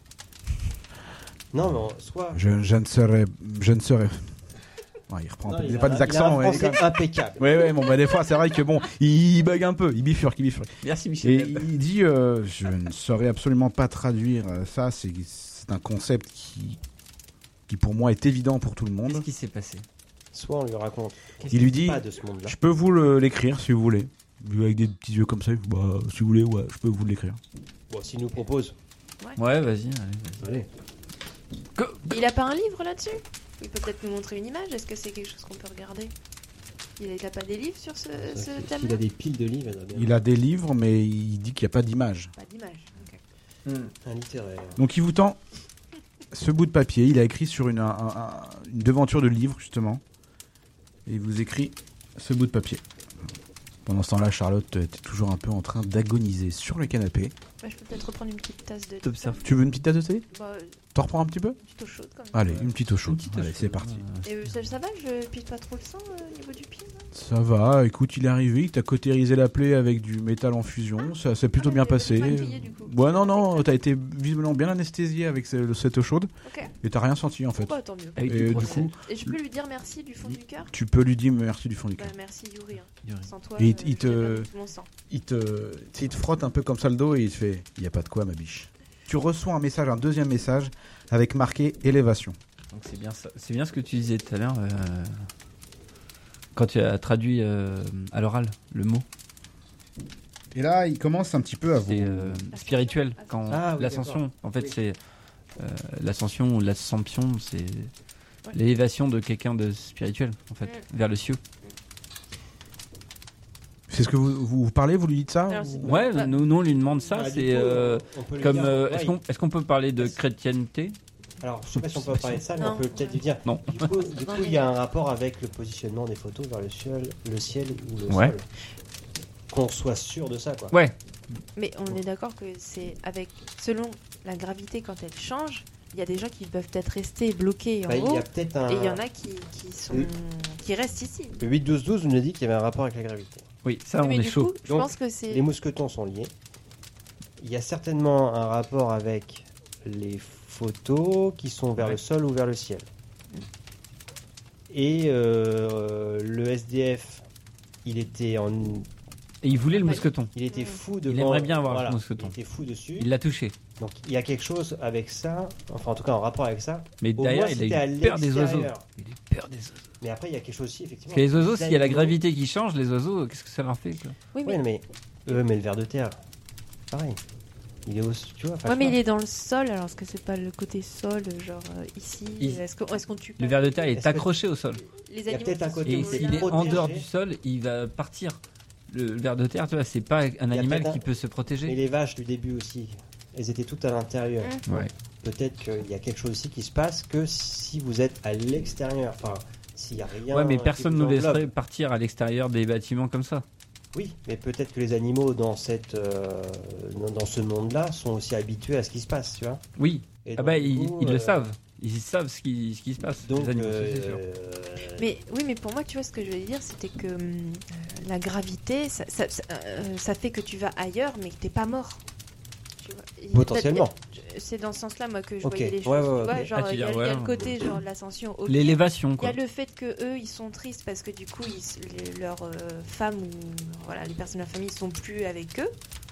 S4: Non, mais soit.
S2: Je ne serais. Ouais, il reprend.
S4: Non,
S2: un peu.
S4: il
S2: Il
S4: a
S2: a pas des accents.
S4: Il a un
S2: ouais,
S4: français impeccable.
S2: Ouais, bon, bah, des fois, c'est vrai que bon, il bug un peu, il bifurque.
S3: Merci
S2: Et
S3: Michel.
S2: il dit, je ne saurais absolument pas traduire ça. C'est un concept qui pour moi est évident pour tout le monde.
S3: Qu'est-ce qui s'est passé?
S4: Soit on lui raconte.
S2: Il lui dit,
S4: Pas de ce monde-là.
S2: je peux vous l'écrire si vous voulez. Lui, avec des petits yeux comme ça, il fait, bah, si vous voulez, ouais, je peux vous l'écrire.
S4: Bon, s'il nous propose.
S3: Ouais, vas-y.
S4: Allez.
S5: Il a pas un livre là-dessus? Il peut peut-être nous montrer une image. Est-ce que c'est quelque chose qu'on peut regarder? Il a pas des livres sur ce
S4: Il
S5: thème-là?
S4: a des piles de livres.
S2: Il a des livres, mais il dit qu'il n'y a pas d'image.
S5: Pas d'image. Ok.
S4: Un littéraire.
S2: Donc il vous tend ce bout de papier. Il a écrit sur une devanture de livre, justement. Et il vous écrit ce bout de papier. Pendant ce temps-là, Charlotte était toujours un peu en train d'agoniser sur le canapé.
S5: Bah, je peux peut-être reprendre une petite tasse de thé.
S3: T'observes.
S2: Tu veux une petite tasse de thé?
S5: Bah,
S2: T'en reprends un petit peu?
S5: une petite eau chaude quand même.
S2: Allez, une petite eau chaude. Allez, c'est parti.
S5: Et ça va, je pique pas trop le sang au niveau du pied là?
S2: Ça va, écoute, il est arrivé, il t'a cautérisé la plaie avec du métal en fusion, ça s'est plutôt bien passé.
S5: Du coup.
S2: Ouais, non, t'as été visiblement bien anesthésié avec cette eau chaude,
S5: Ok.
S2: et t'as rien senti en fait.
S5: Bah, tant mieux.
S3: Avec
S2: Et
S3: du
S2: du
S3: procès.
S2: coup,
S5: Et je peux lui dire merci du fond du cœur?
S2: tu peux lui dire merci du fond du
S5: Bah,
S2: cœur.
S5: merci Yuri. Hein.
S3: Yuri.
S5: Sans toi,
S2: Et il
S5: j'ai
S2: te-
S5: perdu tout mon sang.
S2: Il te frotte un peu comme ça le dos et il te fait « y a pas de quoi ma biche ». Tu reçois un deuxième message avec marqué « élévation
S3: Donc c'est bien ça. C'est bien ce que tu disais tout à l'heure quand tu as traduit à l'oral le mot. ».
S2: Et là, il commence un petit peu à vous...
S3: C'est spirituel. Quand
S4: Ah, oui,
S3: l'ascension, en fait,
S4: Oui.
S3: c'est l'ascension ou l'assomption, c'est l'élévation de quelqu'un de spirituel, en fait, vers le ciel.
S2: C'est ce que vous parlez, vous lui dites ça
S5: Alors,
S2: ou-
S5: c'est-
S3: Ouais,
S5: Bah,
S3: nous on lui demande ça.
S4: Bah, du
S3: C'est
S4: coup, on peut lui
S3: comme
S4: dire, ouais,
S3: est-ce qu'on peut parler de chrétienté?
S4: Alors, je sais pas si on peut parler de ça, mais
S5: Non.
S4: on peut peut-être lui dire.
S3: Non.
S4: Du coup, il y a un rapport avec le positionnement des photos vers le ciel ou le
S3: Ouais.
S4: sol. Qu'on soit sûr de ça, quoi.
S3: Ouais.
S5: Mais on est d'accord que c'est selon la gravité quand elle change, il y a des gens qui peuvent peut-être rester bloqués en
S4: Bah, il y
S5: haut
S4: a peut-être un.
S5: et il y en a qui
S4: Oui.
S5: restent ici.
S4: Le 8-12-12 nous a dit qu'il y avait un rapport avec la gravité.
S3: Oui, ça on
S5: Mais
S3: est
S5: du
S3: chaud.
S5: coup, je
S4: Donc,
S5: pense que c'est
S4: Les mousquetons sont liés. Il y a certainement un rapport avec les photos qui sont vers
S3: Ouais.
S4: le sol ou vers le ciel. Et le SDF, il était
S3: Et il voulait le mousqueton.
S4: il était fou devant.
S3: Il aimerait bien avoir le
S4: voilà,
S3: mousqueton.
S4: Il était fou dessus.
S3: Il l'a touché.
S4: Donc il y a quelque chose avec ça, enfin en tout cas en rapport avec ça.
S3: Mais
S4: Au
S3: derrière,
S4: moins,
S3: il
S4: c'était
S3: a
S4: à
S3: eu peur des oiseaux.
S4: l'extérieur.
S3: Il a eu peur des oiseaux.
S4: Mais après il y a quelque chose aussi effectivement.
S3: Parce que les oiseaux, s'il y a la
S4: animaux-
S3: gravité qui change, les oiseaux, qu'est-ce que ça leur fait quoi?
S5: oui,
S4: Oui,
S5: mais...
S4: mais le ver de terre, pareil. Il est aussi, tu vois.
S5: Ouais, mais il est dans le sol, alors est-ce que c'est pas le côté sol, genre ici Est-ce qu'on tue pas
S3: Le ver de terre il
S4: Est-ce
S3: est
S4: que-
S3: accroché au sol.
S5: les
S4: y a
S5: animaux
S4: peut-être un
S5: qui
S4: côté
S3: Et
S5: sont
S4: c'est
S3: s'il est en
S4: protégé.
S3: dehors du sol, il va partir. Le ver de terre, tu vois, c'est pas un
S4: y a
S3: animal
S4: peut-être
S3: qui
S4: un-
S3: peut se
S4: Et
S3: protéger.
S4: les vaches du début aussi, elles étaient toutes à l'intérieur.
S3: Ouais.
S4: Peut-être qu'il y a quelque chose aussi qui se passe que si vous êtes à l'extérieur, enfin s'il n'y a rien.
S3: Ouais, mais
S4: qui
S3: personne
S4: vous
S3: nous laisserait
S4: enveloppe.
S3: partir à l'extérieur des bâtiments comme ça.
S4: Oui, mais peut-être que les animaux dans dans ce monde-là sont aussi habitués à ce qui se passe, tu vois.
S3: Oui.
S4: Et
S3: Ah
S4: donc,
S3: bah
S4: du
S3: ils,
S4: coup,
S3: ils le savent. Ils savent ce qui se passe.
S4: Donc,
S3: les animaux, ça, c'est sûr.
S5: Mais oui, mais pour moi, tu vois, ce que je voulais dire, c'était que la gravité, ça fait que tu vas ailleurs, mais que t'es pas mort. Tu vois. Il y a
S4: Potentiellement.
S5: peut-être- C'est dans ce sens-là, moi, que je
S4: Ok.
S5: voyais les choses.
S4: Ouais, ouais,
S5: tu
S4: ouais,
S5: vois,
S4: ok.
S5: genre,
S3: Ah, tu
S5: il y a,
S3: dis,
S5: il y a
S3: ouais.
S5: le côté, genre, l'ascension. ok.
S3: L'élévation,
S5: Il y
S3: quoi.
S5: a le fait que eux, ils sont tristes parce que du coup, leurs femmes ou voilà, les personnes de la famille sont plus avec eux.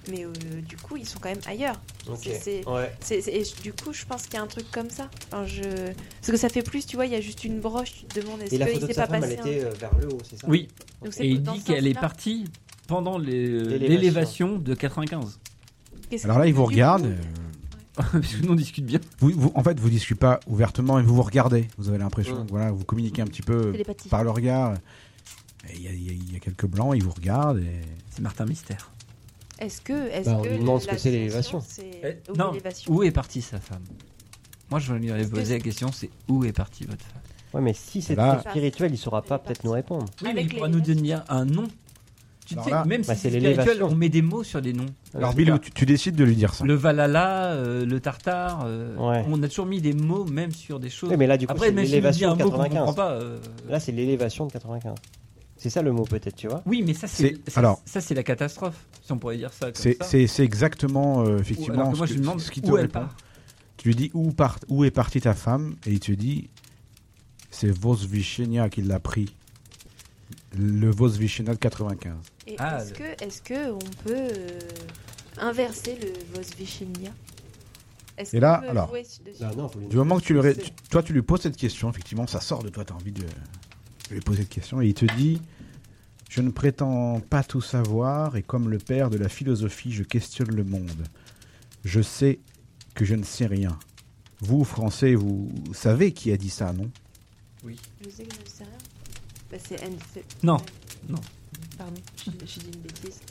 S5: mais du coup, ils sont quand même ailleurs.
S4: Ok.
S5: Ouais. Et du coup, je pense qu'il y a un truc comme ça. Enfin, parce que ça fait plus, tu vois, il y a juste une broche, tu te demandes est-ce
S4: Et la
S5: qu'il
S4: photo de
S5: s'est
S4: sa
S5: pas
S4: femme,
S5: passé
S4: elle était vers le haut, c'est ça?
S3: Oui.
S5: Donc, c'est
S3: Et il
S5: dans
S3: dit
S5: ce
S3: qu'elle est
S5: sens-là.
S3: partie pendant
S4: L'élévation.
S3: l'élévation de 95.
S5: Qu'est-ce
S2: Alors là,
S5: que
S2: ils vous
S5: du
S2: regardent.
S5: coup,
S3: Parce que nous on discute bien.
S2: En fait, vous discutez pas ouvertement, mais vous vous regardez. Vous avez l'impression,
S4: Ouais.
S2: voilà, vous communiquez un petit peu
S5: télépathie.
S2: par le regard. Il y a quelques blancs, ils vous regardent. Et...
S3: C'est Martin Mystère.
S5: Est-ce que
S4: on lui demande ce que c'est l'élévation.
S5: Ou
S3: Non,
S5: l'élévation.
S3: où est partie sa femme? Moi je lui avais
S5: Est-ce que
S3: posé la question, c'est où est partie votre femme?
S4: Ouais, mais si c'est
S2: Là-
S4: très spirituel, il saura pas peut-être nous répondre.
S3: Oui, mais
S5: Avec
S3: il pourra nous donner un nom. Tu
S2: Alors
S3: sais,
S2: là-
S3: même
S4: Bah,
S3: si
S4: c'est
S3: c'est spirituel,
S4: l'élévation.
S3: on met des mots sur des noms.
S2: Alors,
S4: c'est
S2: Bilou,
S4: ça.
S2: tu décides de lui dire ça.
S3: Le Valhalla, le Tartare,
S4: Ouais.
S3: on a toujours mis des mots même sur des choses.
S4: Oui, mais là, du coup,
S3: Après,
S4: c'est
S3: même si on dit
S4: l'élévation
S3: un
S4: de
S3: mot qu'on comprend
S4: 95.
S3: pas.
S4: Là, c'est l'élévation de 95. C'est ça le mot, peut-être, tu vois?
S3: Oui, mais ça
S2: C'est-
S3: c'est
S2: alors-
S3: ça c'est la catastrophe, si on pourrait dire ça. Comme
S2: C'est
S3: ça.
S2: c'est
S3: Ou
S2: exactement,
S3: alors
S2: effectivement,
S3: que moi
S2: ce
S3: je lui demande
S2: ce qui te
S3: où elle
S2: répond.
S3: part.
S2: Tu lui dis où est partie ta femme, et il te dit c'est Vosvichenia qui l'a pris. Le Vosvichenia de 95.
S5: Et
S3: Ah,
S5: est-ce que on peut inverser le Vosvichenia? Est-ce
S2: Et là,
S5: qu'on peut
S2: alors-
S5: jouer dessus?
S4: Non, faut lui
S2: Du moment que toi, tu lui poses cette question, effectivement, ça sort de toi, tu as envie de lui poser cette question, et il te dit je ne prétends pas tout savoir, et comme le père de la philosophie, je questionne le monde. Je sais que je ne sais rien. Vous, Français, vous savez qui a dit ça, non?
S5: Je sais que je ne sais rien. Bah, c'est N.
S3: Non, non.
S5: Pardon, j'ai dit une bêtise.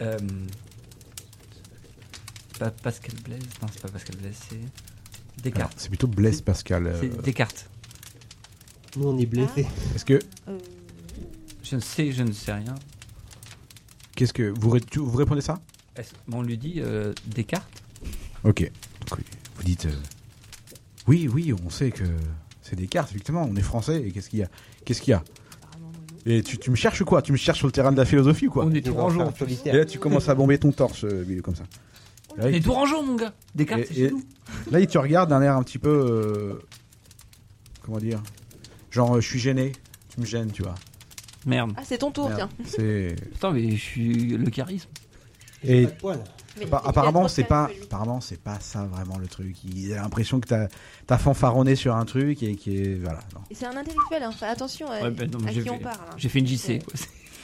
S3: Pas Pascal Blaise, non c'est pas Pascal Blaise, c'est
S2: Alors,
S3: Descartes.
S2: c'est plutôt Blaise Pascal.
S3: C'est Descartes.
S4: Nous, on est blessés.
S2: Est-ce que
S5: Euh,
S3: Je ne sais rien.
S2: Qu'est-ce que vous répondez ça?
S3: On lui dit Descartes.
S2: Ok. Donc, vous dites oui, on sait que c'est Descartes, effectivement. On est français. Et qu'est-ce qu'il y a
S5: apparemment, non.
S2: Et tu me cherches quoi? Tu me cherches sur le terrain de la philosophie ou quoi?
S3: On est
S4: Des
S3: tourangeau.
S4: enfants solitaires.
S2: Et là, tu commences à bomber ton torse, Billy, comme ça. Là,
S3: On est tourangeau mon gars. Descartes c'est chez nous.
S2: là, il te regarde d'un air un petit peu. Comment dire? Genre, je suis gêné. Tu me gênes, tu vois.
S3: Merde.
S5: Ah, c'est ton tour,
S2: Merde.
S5: tiens.
S2: C'est.
S3: Putain mais je suis le charisme.
S2: Et
S4: Pas de poils.
S5: Mais
S2: apparemment,
S5: il a
S2: c'est
S5: trop
S2: pas.
S5: calme, lui.
S2: Apparemment, c'est pas ça vraiment le truc. Il a l'impression que t'as fanfaronné sur un truc et qui est. Voilà. Non.
S5: Et c'est un intellectuel, hein. Fais attention
S3: Ouais, ben non, mais
S5: à
S3: j'ai
S5: qui on
S3: fait-
S5: parle. hein.
S3: J'ai fait une JC quoi.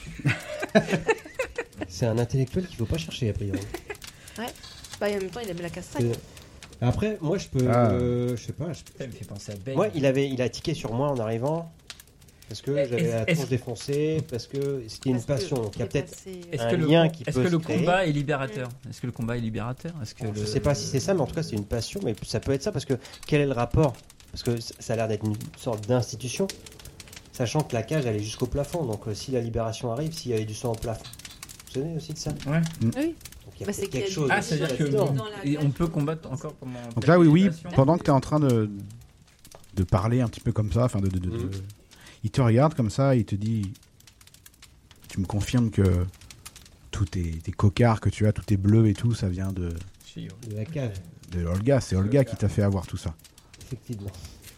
S4: C'est un intellectuel qu'il faut pas chercher, a priori.
S5: Bah, et en même temps, il aime la casse-sac.
S4: Après, moi, je peux.
S2: Ah.
S4: Je sais pas.
S3: Ça me fait penser à Ben.
S4: Moi, il a tiqué sur moi en arrivant. Parce que j'avais la
S3: est-ce-
S4: tronche défoncée, parce que c'était une
S5: Parce que
S4: passion. Donc il y a
S5: t'es
S4: peut-être.
S5: passé,
S3: Est-ce
S4: un
S3: que le,
S4: lien qui
S3: est-ce
S4: peut
S3: que
S4: se
S3: le
S4: créer.
S3: combat est libérateur? Est-ce que le combat est libérateur? Est-ce que
S4: Je sais pas si c'est ça, mais en tout cas, c'est une passion. Mais ça peut être ça, parce que quel est le rapport? Parce que ça a l'air d'être une sorte d'institution, sachant que la cage, elle est jusqu'au plafond. Donc si la libération arrive, s'il y avait du sang au plafond. Vous vous souvenez aussi de ça?
S3: Ouais.
S5: Oui.
S4: Donc il y a
S5: Bah, c'est
S4: peut-être quelque
S5: qu'il y a
S4: chose.
S3: Ah, c'est-à-dire que
S5: Dans
S3: bon,
S5: la
S3: et
S5: cage.
S3: on peut combattre encore pendant.
S2: Donc là, oui,
S3: l'élévation.
S2: pendant que tu es en train de parler un petit peu comme ça, enfin il te regarde comme ça, il te dit, tu me confirmes que tous tes cocards que tu as, tous tes bleus et tout, ça vient de
S4: De la cage,
S2: Olga. C'est Olga qui t'a fait avoir tout ça.
S4: effectivement.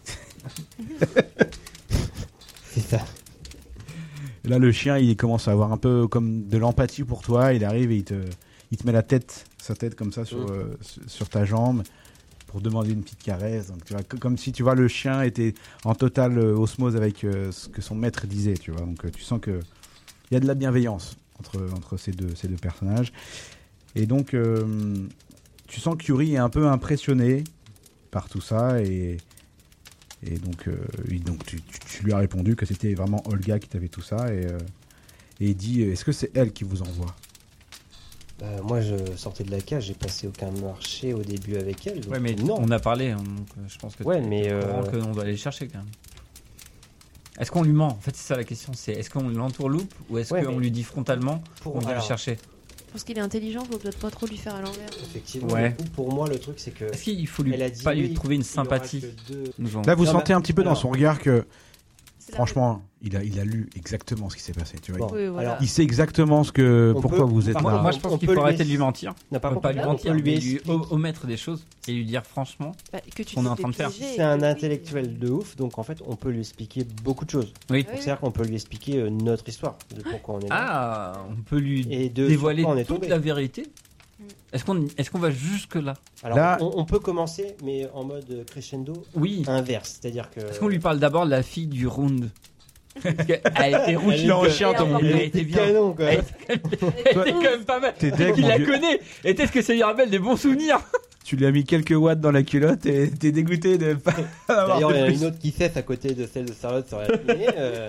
S4: C'est ça.
S2: Et là, le chien, il commence à avoir un peu comme de l'empathie pour toi. Il arrive et il te met sa tête comme ça sur ta jambe pour demander une petite caresse. Donc, tu vois, comme si tu vois le chien était en totale osmose avec ce que son maître disait. Tu vois, donc tu sens que il y a de la bienveillance entre ces deux personnages. Et donc, tu sens que Yuri est un peu impressionné par tout ça et donc tu lui as répondu que c'était vraiment Olga qui t'avait tout ça et il dit est-ce que c'est elle qui vous envoie?
S4: Moi, je sortais de la cage, j'ai passé aucun marché au début avec elle. Donc
S3: Ouais, mais
S4: non.
S3: on a parlé, hein, donc je pense que
S4: Ouais,
S3: t'es
S4: mais,
S3: au courant qu'on doit aller le chercher quand même. Est-ce qu'on lui ment? En fait, c'est ça la question, c'est est-ce qu'on l'entourloupe ou est-ce
S4: Ouais,
S3: qu'on
S4: mais
S3: lui dit frontalement qu'on vient le
S4: alors,
S3: chercher?
S5: Parce qu'il est intelligent, faut peut-être pas trop lui faire à l'envers.
S4: Effectivement,
S3: Ouais.
S4: du coup, pour moi, le truc, c'est que.
S3: Est-ce qu'il faut lui,
S4: Elle a dit
S3: pas lui
S4: oui,
S3: trouver une
S4: il y aura
S3: sympathie?
S4: que deux-
S3: Nous en-
S2: Là, vous
S4: Non,
S2: sentez
S4: mais-
S2: un petit peu dans
S4: alors-
S2: son regard que
S5: C'est la-
S2: franchement, il a lu exactement ce qui s'est passé. Tu vois,
S4: Bon,
S5: Oui, voilà.
S4: alors,
S2: il sait exactement
S4: On
S2: pourquoi
S4: peut-
S2: vous êtes
S4: par
S2: là.
S4: contre,
S3: Moi, je pense
S4: on
S3: qu'il
S4: peut
S3: faut
S4: lui
S3: arrêter de lui
S4: ex-
S3: mentir.
S4: Non, par
S3: Pas
S4: contre,
S3: lui
S4: on
S3: mentir,
S4: peut lui
S3: mais lui
S4: expliquer.
S3: omettre des choses et lui dire franchement.
S5: Bah, que tu
S3: qu'on est
S5: t'es
S3: en
S5: fait
S3: train de faire.
S5: piéger,
S4: C'est un
S5: oui.
S4: intellectuel de ouf, donc en fait, on peut lui expliquer beaucoup de choses.
S3: Oui.
S5: Oui,
S4: C'est-à-dire qu'on peut lui expliquer notre histoire, de pourquoi on est là.
S3: Ah, on peut lui
S4: Et de
S3: dévoiler
S4: sur quoi on est
S3: toute
S4: tombé.
S3: la vérité Est-ce qu'on va jusque là?
S4: Alors,
S2: Là-
S4: on peut commencer, mais en mode crescendo
S3: Oui.
S4: inverse. C'est-à-dire que.
S3: Est-ce qu'on lui parle d'abord de la fille du round? Parce qu'elle a été rouge.
S2: Il est en chien, ton
S3: Elle
S2: mon
S3: a été bien.
S4: canon, quoi.
S3: Elle était quand même pas mal.
S2: T'es deg,
S3: Il
S2: mon
S3: la
S2: vieux.
S3: connaît. Et peut-être que ça lui rappelle des bons souvenirs.
S2: Tu lui as mis quelques watts dans la culotte et t'es dégoûté de pas avoir
S4: D'ailleurs,
S2: de
S4: il y en a
S2: plus.
S4: une autre qui fait à côté de celle de Charlotte sur la lignée.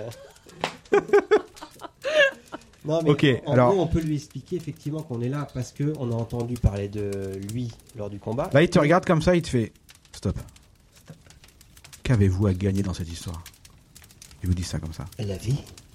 S4: Non, mais
S2: Ok,
S4: en
S2: alors-
S4: gros, on peut lui expliquer effectivement qu'on est là parce qu'on a entendu parler de lui lors du combat.
S2: Là, il te regarde comme ça, il te fait stop. Qu'avez-vous à gagner dans cette histoire? Il vous dit ça comme ça.
S4: La vie.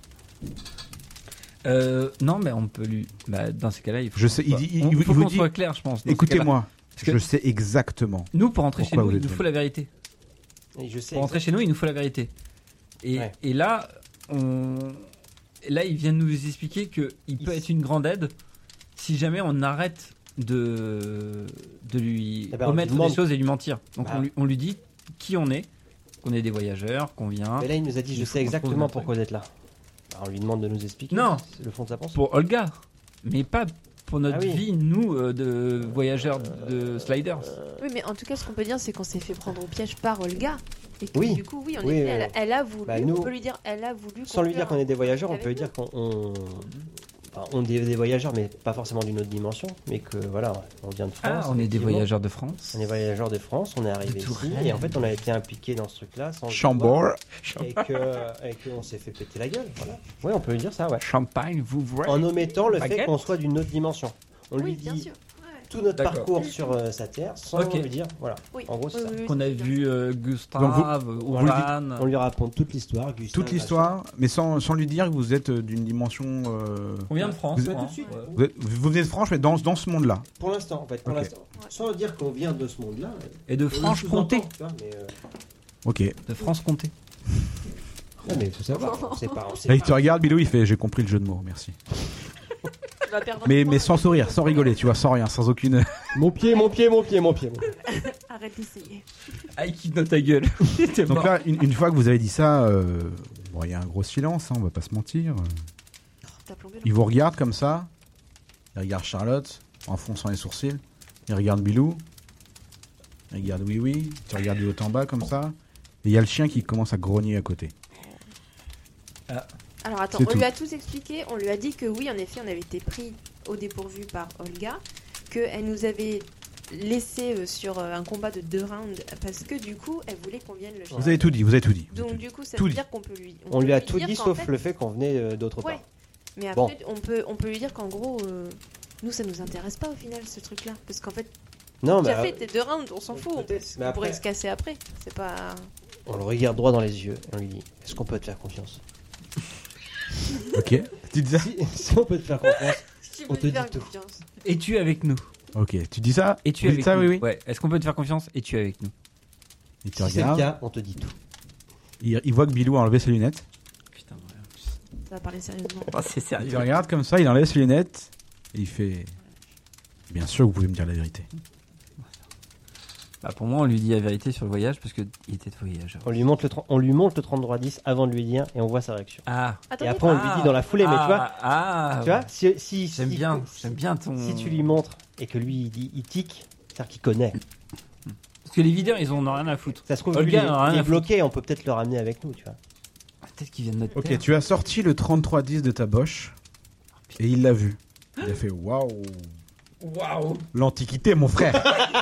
S3: Non, mais on peut lui. Bah, dans ces cas-là, il faut.
S2: Je sais, il
S3: qu'on
S2: dit-
S3: soit-
S2: il
S3: on-
S2: vous-
S3: faut
S2: il vous
S3: qu'on
S2: dit-
S3: soit clair, je pense. dans ces cas-là.
S2: Écoutez-moi,
S3: Parce que-
S2: je sais exactement.
S3: Nous, pour rentrer chez
S2: Pourquoi
S3: nous,
S2: vous
S3: il
S2: êtes
S3: nous
S2: venu
S3: faut la vérité.
S4: Et je sais.
S3: Pour rentrer chez nous, il nous faut la vérité. Et,
S4: Ouais.
S3: et là, là, il vient de nous expliquer qu'il peut être une grande aide si jamais on arrête de lui
S4: Eh ben, on
S3: omettre
S4: lui demande-
S3: des choses et lui mentir. Donc
S4: Bah.
S3: on lui dit qui on est, qu'on est des voyageurs, qu'on vient.
S4: Mais là, il nous a dit,
S3: Il
S4: je
S3: faut
S4: sais
S3: qu'on
S4: exactement
S3: trouve un
S4: pourquoi vous êtes là. Alors, on lui demande de nous expliquer.
S3: Non.
S4: Le fond de sa pensée.
S3: Pour Olga, mais pas pour notre
S4: Ah oui.
S3: vie, nous, de voyageurs de Sliders.
S5: Oui, mais en tout cas, ce qu'on peut dire, c'est qu'on s'est fait prendre au piège par Olga. Et que
S4: Oui.
S5: du coup, oui, en
S4: Oui,
S5: effet,
S4: oui.
S5: elle a voulu.
S4: Bah, nous-
S5: on peut lui dire, elle a voulu.
S4: Sans lui dire
S5: conclure
S4: qu'on est des voyageurs, on
S5: avec
S4: peut lui
S5: nous.
S4: dire on est des voyageurs, mais pas forcément d'une autre dimension, mais que voilà, on vient de France.
S3: Ah, on est des
S4: effectivement.
S3: voyageurs de France.
S4: On est voyageurs de France, on est arrivé
S3: De
S4: ici,
S3: Touraine.
S4: et en fait, on a été impliqué dans ce truc-là sans le
S2: Chambord.
S4: vouloir, et qu'on s'est fait péter la gueule. Voilà. Ouais, on peut lui dire ça, ouais.
S3: Champagne, vous voyez.
S4: En omettant le fait
S3: Baguette.
S4: qu'on soit d'une autre dimension. On lui
S5: Oui, bien
S4: dit
S5: sûr. Ouais.
S4: tout notre
S3: D'accord.
S4: parcours sur sa terre sans
S3: Ok.
S4: lui dire, voilà.
S5: Oui.
S4: En gros, c'est
S5: Oui,
S4: ça.
S5: oui, oui,
S3: Qu'on a
S5: c'est bien.
S3: vu Gustave, Ouran.
S4: On lui raconte toute l'histoire, Gustave,
S2: Toute l'histoire, mais sans lui dire que vous êtes d'une dimension.
S3: On vient de France.
S2: Vous êtes
S3: hein.
S4: tout de suite.
S3: Ouais.
S2: Vous venez de France, mais dans ce monde-là.
S4: Pour l'instant, en fait, pour
S2: Ok.
S4: l'instant. Sans dire qu'on vient de ce monde-là.
S3: Et de
S4: on le
S3: Franche-Comté.
S4: sous-entend, tu vois, mais,
S2: Ok.
S3: De France-Comté.
S4: non, mais il faut savoir. C'est pas. on sait
S2: Là, il
S4: pas.
S2: te regarde, Bilou, il fait j'ai compris le jeu de mots, merci.
S5: Tu vas perdre un
S2: Mais
S5: point.
S2: sans sourire, sans rigoler, tu vois, sans rien, sans aucune.
S4: Mon pied.
S5: Arrête d'essayer.
S3: Ah, il quitte dans ta gueule. T'es
S2: Donc
S3: mort.
S2: là, une fois que vous avez dit ça, bon, il y a un gros silence, hein, on va pas se mentir.
S5: T'as plombé
S2: Il vous regarde comme ça, il regarde Charlotte en fronçant les sourcils, il regarde Bilou, il regarde Oui, tu regardes du haut en bas comme ça, et il y a le chien qui commence à grogner à côté.
S5: Alors attends,
S2: C'est
S5: on
S2: tout.
S5: lui a tous expliqué, on lui a dit que oui, en effet, on avait été pris au dépourvu par Olga, qu'elle nous avait laissé sur un combat de 2 rounds parce que du coup, elle voulait qu'on vienne le chercher.
S2: Vous avez tout dit, vous avez tout dit.
S5: Donc du coup, ça
S2: Tout
S5: veut
S2: dit.
S5: dire qu'on peut lui.
S4: On
S5: peut
S4: lui a
S5: lui
S4: tout
S5: dire
S4: dit
S5: qu'en
S4: sauf
S5: fait-
S4: le fait qu'on venait d'autre
S5: Ouais.
S4: part.
S5: Mais
S4: Bon.
S5: après, on peut lui dire qu'en gros, nous, ça nous intéresse pas au final ce truc-là, parce qu'en fait,
S4: Non,
S5: tu
S4: mais
S5: as fait tes 2 rounds, on s'en fout.
S4: peut-être, mais
S5: On pourrait
S4: après-
S5: se casser après. C'est pas.
S4: on le regarde droit dans les yeux et on lui dit est-ce qu'on peut te faire confiance?
S2: Ok. Tu dis ça
S4: Si on peut te faire confiance,
S5: Si
S4: On
S5: vous
S4: te
S5: faire
S4: dit tout.
S5: confiance.
S3: Es-tu avec nous?
S2: Ok, tu dis ça
S3: Es-tu
S2: Vous
S3: avec
S2: dites ça,
S3: nous?
S2: oui.
S3: Ouais. Est-ce qu'on peut te faire confiance? Es-tu avec nous?
S2: Il te
S4: si c'est le
S2: regarde,
S4: cas, on te dit tout.
S2: il voit que Bilou a enlevé ses lunettes,
S3: Putain, ouais.
S5: Ça va parler sérieusement.
S3: Oh, c'est
S2: il
S3: sérieux.
S2: te regarde comme ça, il enlève ses lunettes, et il fait bien sûr, vous pouvez me dire la vérité.
S3: Bah, pour moi, on lui dit la vérité sur le voyage parce qu'il était de voyageur.
S4: On lui montre le 3310 avant de lui dire et on voit sa réaction.
S3: Ah.
S4: Et après, on lui dit dans la foulée, mais tu vois,
S3: Ah.
S4: tu vois, si
S3: J'aime bien ton.
S4: Si tu lui montres et que lui il tique, c'est-à-dire qu'il connaît.
S3: Parce que les videurs, ils en ont rien à foutre.
S4: Ça se trouve,
S3: Olga,
S4: lui, il
S3: elle en a rien
S4: est
S3: à
S4: bloqué, on peut peut-être le ramener avec nous, tu vois.
S3: Peut-être qu'ils viennent de notre
S2: Ok,
S3: terre.
S2: tu as sorti le 3310 de ta boche, et il l'a vu. Il a fait waouh,
S3: Waouh.
S2: l'antiquité, mon frère.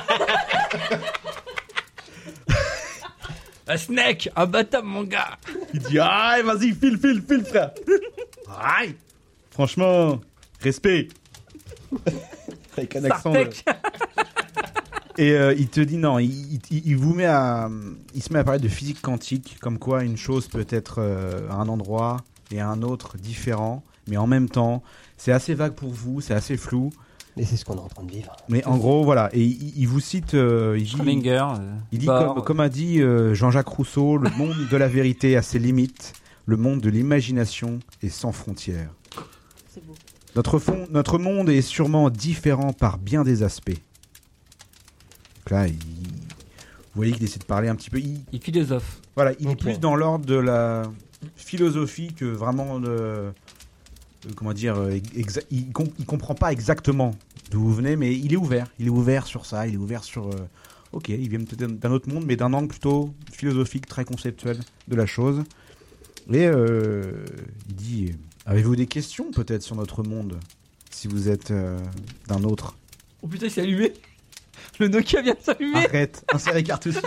S3: Un snake, un bâtard, mon gars.
S2: Il dit aïe, vas-y, file, frère. Aïe. Franchement, respect. Avec un accent.
S3: Sartek.
S2: Et il te dit non, il vous met à, il se met à parler de physique quantique, comme quoi une chose peut être à un endroit et à un autre différent, mais en même temps, c'est assez vague pour vous, c'est assez flou.
S4: Et c'est ce qu'on est en train de vivre.
S2: Mais en gros, voilà, et il vous cite, il dit,
S3: Schrödinger.
S2: il dit
S3: Bohr.
S2: comme a dit Jean-Jacques Rousseau, le monde de la vérité a ses limites, le monde de l'imagination est sans frontières.
S5: C'est beau.
S2: Notre monde est sûrement différent par bien des aspects. Donc là, vous voyez qu'il essaie de parler un petit peu.
S3: Il philosophe.
S2: Voilà, il est
S4: Ok.
S2: plus dans l'ordre de la philosophie que vraiment comment dire, il comprend pas exactement d'où vous venez, mais il est ouvert. Il est ouvert sur ça, il est ouvert sur... ok, il vient peut-être d'un autre monde, mais d'un angle plutôt philosophique, très conceptuel de la chose. Et il dit, avez-vous des questions peut-être sur notre monde, si vous êtes d'un autre?
S3: Oh putain, il s'est allumé. Le Nokia vient de s'allumer.
S2: Arrête, insérez carte SIM.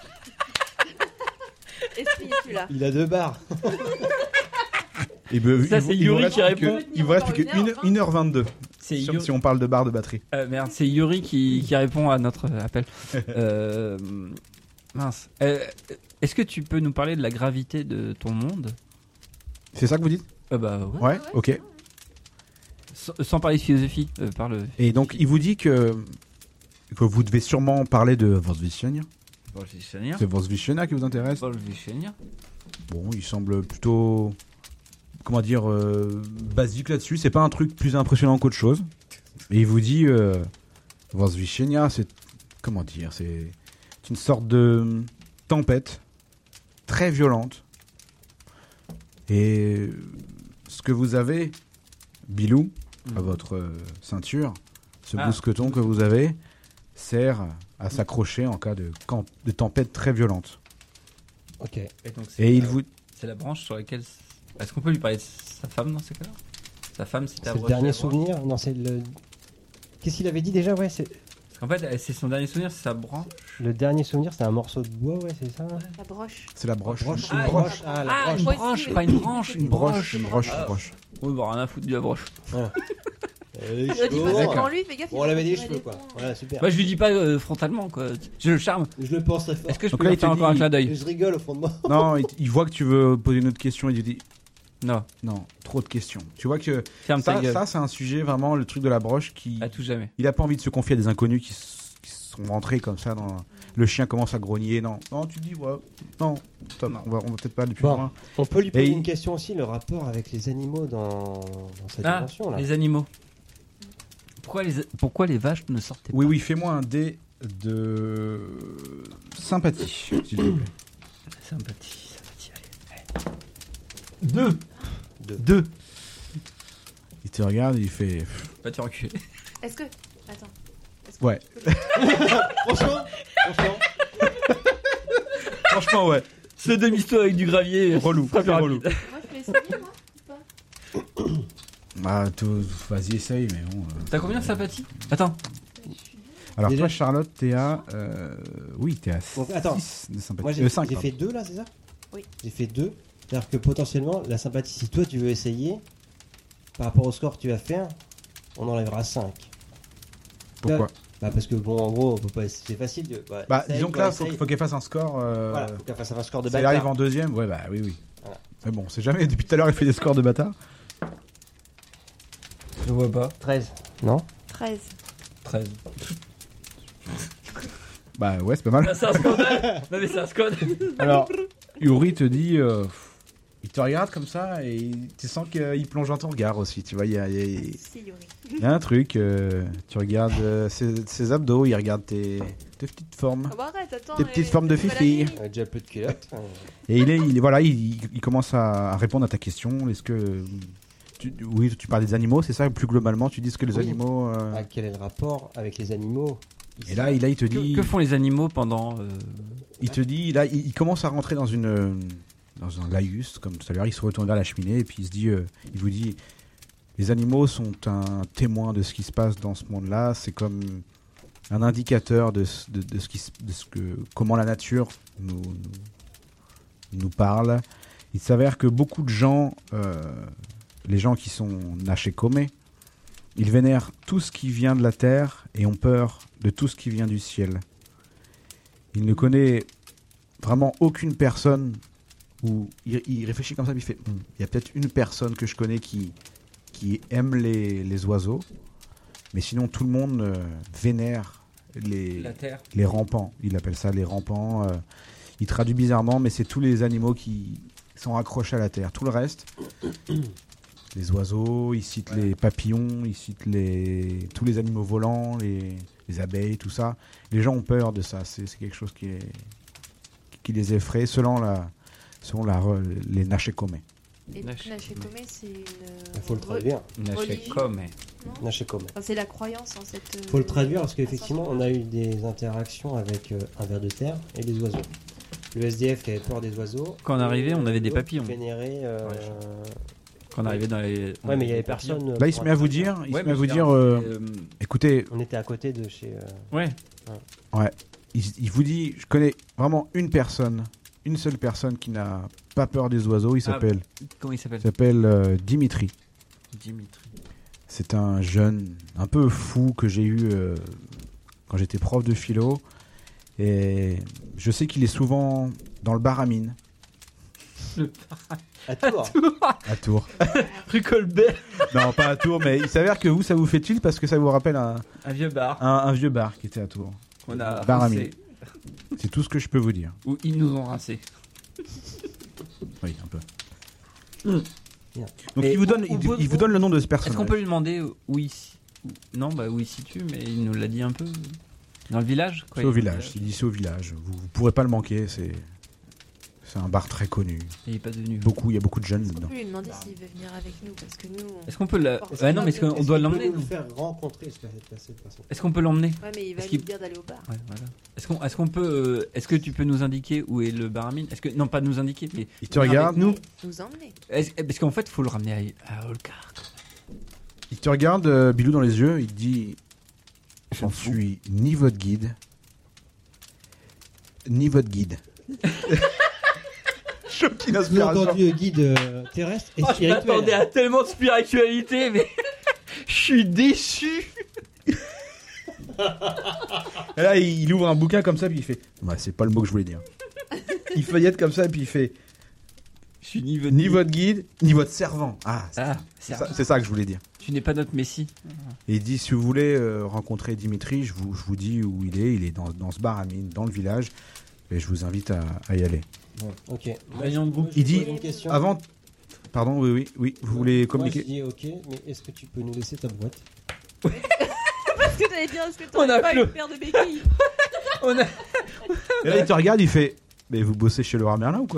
S5: Esprit, tu là.
S4: Il a 2 barres.
S2: Et ben,
S3: Ça, c'est Yuri qui répond.
S2: Il vous reste plus que 1h22.
S3: C'est
S2: Si on parle de barre de batterie.
S3: Merde, c'est Yuri qui répond à notre appel. Mince. Est-ce que tu peux nous parler de la gravité de ton monde?
S2: C'est ça que vous dites?
S3: Bah ouais.
S2: Ouais, ok.
S3: Sans parler de philosophie, parle.
S2: Et donc, il vous dit que vous devez sûrement parler de Vosvichenia. C'est Vosvichenia qui vous intéresse? Bon, il semble plutôt, comment dire, basique là-dessus. C'est pas un truc plus impressionnant qu'autre chose. Et il vous dit, Vosvichenia, c'est, comment dire, c'est une sorte de tempête très violente. Et ce que vous avez, Bilou, à votre ceinture, ce mousqueton que vous avez, sert à s'accrocher en cas de tempête très violente.
S4: Ok.
S3: Et il vous... C'est la branche sur laquelle... Est-ce qu'on peut lui parler de sa femme dans ces cas-là? Sa femme, c'est ta
S4: C'est le dernier souvenir? Non, c'est le... Qu'est-ce qu'il avait dit déjà? Ouais, c'est...
S3: Parce qu'en fait, c'est son dernier souvenir, c'est sa branche.
S4: Le dernier souvenir, c'est un morceau de bois, ouais, c'est ça?
S5: La broche.
S2: C'est la broche.
S4: Une broche. Ah, la
S3: Une
S4: broche.
S3: broche, pas une branche.
S2: Une broche.
S3: Oui, bon, rien à foutre de la broche.
S5: Il a dit pas
S2: D'accord.
S5: en lui, fais gaffe.
S4: Bon, on avait des cheveux, quoi. Voilà, super.
S3: Moi, je lui dis pas frontalement, quoi. Je le charme.
S4: Je le pense très fort.
S3: Est-ce que je
S2: Donc
S3: peux
S2: là,
S3: lui
S2: il
S3: faire
S2: te
S3: encore un
S2: dit-
S3: clin d'œil?
S4: Je rigole au fond de moi.
S2: Non, il voit que tu veux poser une autre question et il dit
S3: Non,
S2: non, trop de questions. Tu vois que
S3: ferme ta gueule.
S2: ça c'est un sujet vraiment, le truc de la broche qui...
S3: À tout jamais.
S2: Il a pas envie de se confier à des inconnus qui sont rentrés comme ça dans... Le chien commence à grogner. Non, tu dis, ouais, non, stop, on va peut-être pas aller plus
S4: Bon.
S2: loin.
S4: On peut lui poser
S2: Et
S4: une question aussi, le rapport avec les animaux dans cette dimension là.
S3: Les animaux. Pourquoi les vaches ne sortaient pas?
S2: Oui, fais-moi un dé de sympathie, s'il te plaît.
S3: Sympathie, allez.
S2: 2. Il te regarde, il fait...
S3: Pas te reculer.
S5: Est-ce que. Attends.
S2: Ouais.
S4: Franchement,
S2: Franchement, ouais.
S3: Ce demi-saut avec du gravier.
S2: Relou,
S3: Très
S2: très relou.
S5: Moi, je peux essayer, moi ou pas
S2: Bah, vas-y, essaye, mais bon...
S3: T'as combien de sympathie? Attends.
S2: Alors
S4: Déjà-
S2: toi, Charlotte, t'es à... Oui, t'es à
S4: Donc, attends.
S2: 6 de sympathie.
S4: moi j'ai
S2: 5,
S4: fait 2 là, c'est ça?
S5: Oui.
S4: J'ai fait 2. C'est-à-dire que potentiellement, la sympathie, si toi tu veux essayer, par rapport au score que tu vas faire, on enlèvera 5.
S2: Pourquoi?
S4: Bah parce que bon, en gros, on peut pas... c'est facile de... Ouais,
S2: Bah,
S4: essaye,
S2: disons que là,
S4: essaye.
S2: faut qu'elle fasse un score...
S4: Voilà, faut qu'elle fasse un score de
S2: Si elle
S4: bâtard.
S2: arrive en deuxième, ouais, bah oui.
S4: Voilà.
S2: Mais bon, c'est jamais... Depuis tout à l'heure, elle fait des scores de bâtard.
S3: Je vois pas.
S4: 13. Non?
S5: 13.
S3: 13.
S2: Bah ouais, c'est pas mal.
S3: C'est un scandale. Non mais c'est un scandale.
S2: Alors, Yuri te dit... il te regarde comme ça et tu sens qu'il plonge dans ton regard aussi. Tu vois, il y a
S5: Si, Yuri.
S2: un truc. Tu regardes ses abdos, il regarde tes petites formes.
S5: Ah bah arrête, attends.
S2: Des petites formes de
S5: c'est pas la
S2: fifi.
S5: nuit.
S4: On a déjà plus de culottes.
S2: Et il commence à répondre à ta question. Est-ce que... Oui, tu parles des animaux, c'est ça? Plus globalement, tu dis ce que les
S4: Oui.
S2: animaux...
S4: Ah, quel est le rapport avec les animaux ici?
S2: Et là, il te dit...
S3: Que font les animaux pendant...
S2: Il te dit, là, il commence à rentrer dans un laïus, comme tout à l'heure, il se retourne vers la cheminée et puis il se dit, il vous dit, les animaux sont un témoin de ce qui se passe dans ce monde-là. C'est comme un indicateur de comment la nature nous parle. Il s'avère que beaucoup de gens, les gens qui sont Nashekome, ils vénèrent tout ce qui vient de la terre et ont peur de tout ce qui vient du ciel. Il ne connaît vraiment aucune personne où il réfléchit comme ça, puis il fait il y a peut-être une personne que je connais qui aime les oiseaux, mais sinon tout le monde vénère
S3: la terre.
S2: les rampants. Il appelle ça les rampants. Il traduit bizarrement, mais c'est tous les animaux qui sont accrochés à la terre. Tout le reste, les oiseaux, il cite les papillons, il cite tous les animaux volants, les abeilles, tout ça. Les gens ont peur de ça. C'est quelque chose qui les effraie selon les Nashekome.
S5: Et Nashekome, c'est une.
S4: Il faut le traduire.
S3: Nashekome.
S4: Nashikome.
S5: Enfin, c'est la croyance en cette.
S4: Faut le traduire parce qu'effectivement, on a eu des interactions avec un ver de terre et des oiseaux. Le SDF qui avait peur des oiseaux.
S3: Quand on arrivait, on avait des
S4: l'autre
S3: papillons.
S4: Vénérait,
S3: Quand on arrivait dans les.
S4: Ouais, mais il y avait personne.
S2: Là, il se met à vous dire, écoutez,
S4: On était à côté de chez.
S3: Ouais.
S2: il vous dit, je connais vraiment une seule personne qui n'a pas peur des oiseaux. Il s'appelle
S3: Comment il s'appelle
S2: Dimitri.
S3: Dimitri.
S2: C'est un jeune un peu fou que j'ai eu quand j'étais prof de philo. Et je sais qu'il est souvent dans le bar à mine.
S4: À Tours.
S2: À Tours.
S3: Rue Colbert.
S2: Non, pas à Tours, mais il s'avère que vous, ça vous fait tilt parce que ça vous rappelle un
S3: vieux bar.
S2: Un vieux bar qui était à Tours.
S3: On a
S2: bar à
S3: rincé.
S2: mine. C'est tout ce que je peux vous dire.
S3: Ou ils nous ont rincé.
S2: Oui, un peu.
S4: Bien.
S2: Donc
S3: Et
S2: il vous donne,
S3: on peut-
S2: il vous donne le nom de ce
S3: Est-ce
S2: personnage.
S3: qu'on peut lui demander où il Non, bah où il se situe, mais il nous l'a dit un peu. Dans le village quoi.
S2: C'est au village. Il dit c'est au village. Vous pourrez pas le manquer. C'est un bar très connu.
S3: Et il est pas devenu.
S2: Il y a beaucoup de jeunes
S5: Est-ce qu'on
S2: dedans.
S5: peut lui demander s'il veut venir avec nous parce que nous.
S3: Est-ce qu'on peut la.
S5: Est-ce
S3: Ouais,
S5: qu'on
S3: non, mais
S5: peut-
S3: est-ce qu'on doit l'emmener
S4: nous le faire rencontrer cette personne.
S3: Est-ce qu'on peut l'emmener
S5: Ouais, mais il va
S3: Est-ce
S5: lui
S3: qu'il-
S5: dire d'aller au bar.
S3: Ouais, voilà. Est-ce qu'on peut. Est-ce que tu peux nous indiquer où est le bar à mine Non, pas nous indiquer, mais.
S2: Il te regarde.
S3: Nous.
S5: Nous emmener.
S3: Parce qu'en fait, il faut le ramener à Holcar.
S2: Il te regarde, Bilou, dans les yeux. Il te dit je ne suis ni votre guide, ni votre guide. Choc
S4: Bien
S2: d'inspiration.
S4: entendu, guide terrestre et
S3: Je
S4: spirituel.
S3: m'attendais à tellement de spiritualité, mais je suis déçu.
S2: Et là, il ouvre un bouquin comme ça, puis il fait ouais, c'est pas le mot que je voulais dire. Il feuillette comme ça, puis il fait
S3: Je suis ni
S2: ni votre guide, ni votre servant. Ah,
S3: Ah,
S2: c'est ça que je voulais dire.
S3: tu n'es pas notre messie.
S2: Et il dit si vous voulez rencontrer Dimitri, je vous dis où il est. Il est dans ce bar à mine, dans le village. Et je vous invite à y aller.
S4: Bon, ok.
S3: Voyons le groupe.
S2: Il dit
S4: une question.
S2: avant. Pardon, oui. Vous voulez
S4: Moi,
S2: communiquer
S4: je dis ok, mais est-ce que tu peux nous laisser ta boîte?
S5: Parce que t'allais dire, est-ce que
S3: On a
S5: t'aurais pas
S3: clos.
S5: une paire de béquilles?
S3: On a...
S2: Et là, il te regarde, il fait mais vous bossez chez Leroy Merlin ou quoi?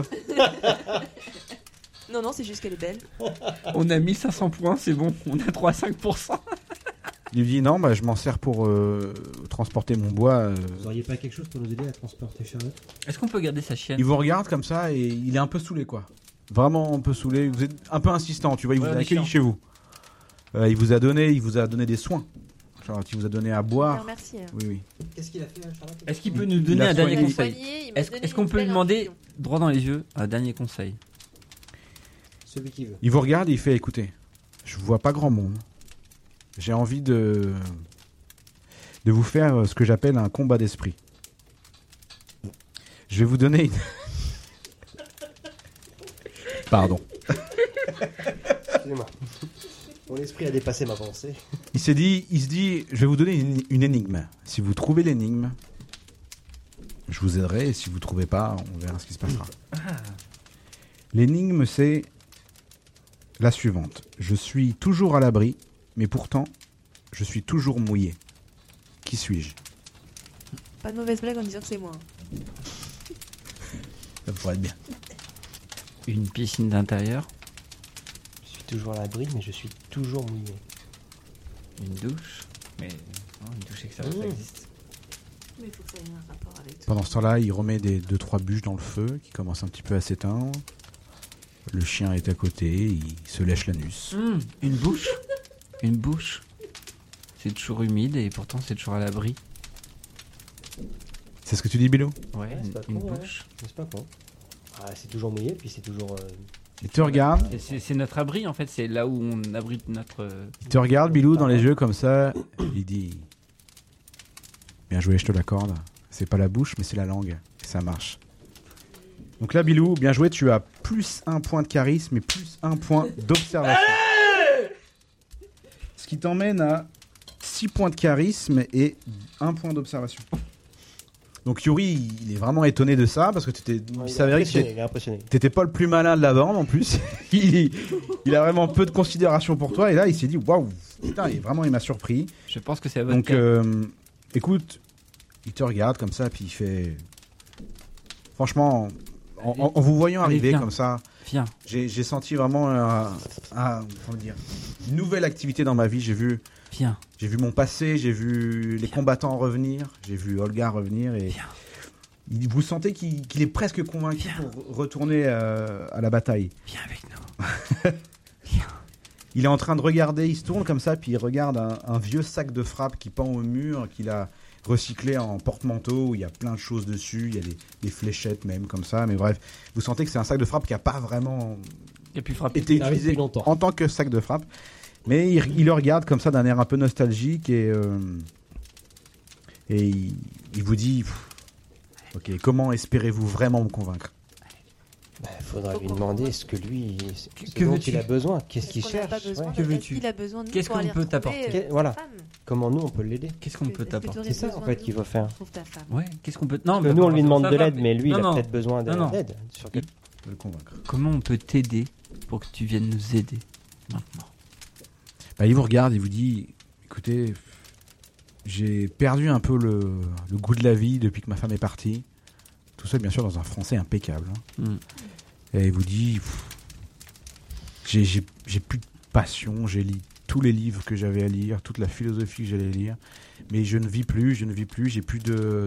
S5: Non, c'est juste qu'elle est belle.
S3: On a 1500 points, c'est bon. On a 3 à 5%.
S2: Il lui dit non, je m'en sers pour transporter mon bois.
S4: Vous auriez pas quelque chose pour nous aider à transporter Charlotte?
S3: Est-ce qu'on peut garder sa chienne
S2: Il vous regarde comme ça et il est un peu saoulé, quoi. Vraiment un peu saoulé. Vous êtes un peu insistant, tu vois. Il vous
S3: Ouais,
S2: a
S3: on est
S2: accueilli
S3: chiant.
S2: chez vous. Il vous a donné des soins. Genre, il vous a donné à boire.
S5: Merci.
S2: Oui.
S4: Qu'est-ce qu'il a fait, Charlotte?
S3: Est-ce qu'il peut nous
S2: Il
S3: donner
S2: a
S3: un dernier
S2: soigné.
S3: conseil Est-ce qu'on peut lui demander, droit dans les yeux, un dernier conseil?
S4: Celui qui veut.
S2: Il vous regarde et il fait écoutez, je vois pas grand monde. J'ai envie de vous faire ce que j'appelle un combat d'esprit. Je vais vous donner une... Pardon.
S4: Excusez-moi. Mon esprit a dépassé ma pensée.
S2: Il se dit, je vais vous donner une énigme. Si vous trouvez l'énigme, je vous aiderai. Et si vous trouvez pas, on verra ce qui se passera. L'énigme, c'est la suivante. Je suis toujours à l'abri, mais pourtant, je suis toujours mouillé. Qui suis-je?
S5: Pas de mauvaise blague en disant que c'est moi.
S2: Ça pourrait être bien.
S3: Une piscine d'intérieur,
S4: Je suis toujours à l'abri, mais je suis toujours mouillé.
S3: une douche. Mais non, une douche extérieure, ça existe.
S5: Mais il faut que ça ait un rapport avec tout.
S2: Pendant ce temps-là, il remet 2-3 bûches dans le feu qui commencent un petit peu à s'éteindre. Le chien est à côté, il se lèche l'anus.
S3: Une bouche. Une bouche. C'est toujours humide et pourtant c'est toujours à l'abri.
S2: C'est ce que tu dis, Bilou?
S3: Ouais,
S4: c'est pas
S3: une
S4: con, ouais.
S3: bouche.
S4: C'est pas con. Ah, c'est toujours mouillé, puis c'est toujours.
S2: Il te regarde,
S3: Et c'est notre abri en fait, c'est là où on abrite notre.
S2: Bilou, dans les yeux comme ça. Il dit bien joué, je te l'accorde. C'est pas la bouche, mais c'est la langue. Et ça marche. Donc là, Bilou, bien joué, tu as plus 1 point de charisme et plus 1 point d'observation. Ce qui t'emmène à 6 points de charisme et 1 point d'observation. Donc Yuri, il est vraiment étonné de ça parce que il s'avérait que
S4: il est impressionné.
S2: t'étais pas le plus malin de la bande en plus. il a vraiment peu de considération pour toi et là il s'est dit waouh, putain, il m'a surpris.
S3: Je pense que c'est à votre
S2: Donc
S3: cas.
S2: écoute, il te regarde comme ça puis il fait franchement en vous voyant
S3: Allez,
S2: arriver
S3: viens.
S2: comme ça,
S3: Viens.
S2: J'ai senti vraiment comment dire, une nouvelle activité dans ma vie. J'ai vu mon passé, j'ai vu les combattants revenir, j'ai vu Olga revenir et vous sentez qu'il est presque convaincu pour retourner à la bataille.
S3: Viens avec nous.
S2: Il est en train de regarder, il se tourne comme ça, puis il regarde un vieux sac de frappe qui pend au mur, qu'il a recyclé en porte-manteau, où il y a plein de choses dessus, il y a des fléchettes même comme ça, mais bref, vous sentez que c'est un sac de frappe qui n'a pas vraiment été utilisé en tant que sac de frappe, mais il le regarde comme ça d'un air un peu nostalgique et il vous dit ok, comment espérez-vous vraiment me convaincre?
S4: Il faudra lui demander ce que lui, ce dont il a besoin, qu'est-ce qu'il cherche.
S3: Que veux-tu?
S5: Est-ce qu'il a besoin de nous
S3: Qu'est-ce
S5: pour
S3: qu'on
S5: aller
S3: peut t'apporter?
S5: retrouver,
S4: Voilà.
S5: ta femme
S4: Comment nous on peut l'aider?
S3: Qu'est-ce qu'on peut
S5: Est-ce que
S3: t'apporter?
S5: t'aurais
S4: C'est ça en
S5: besoin
S4: fait
S5: de
S4: qu'il
S5: nous
S4: faut faire.
S5: Trouve ta femme.
S3: Ouais, qu'est-ce qu'on peut...
S4: Parce que nous on lui demande de l'aide, mais lui il a
S3: Non.
S4: peut-être besoin
S3: Non.
S4: d'aide. Sur quel-
S2: De le convaincre.
S3: Comment on peut t'aider pour que tu viennes nous aider maintenant?
S2: Il vous regarde, il vous dit écoutez, j'ai perdu un peu le goût de la vie depuis que ma femme est partie. Tout ça, bien sûr, dans un français impeccable. Et il vous dit j'ai plus de passion, j'ai lu tous les livres que j'avais à lire, toute la philosophie que j'allais lire, mais je ne vis plus, j'ai plus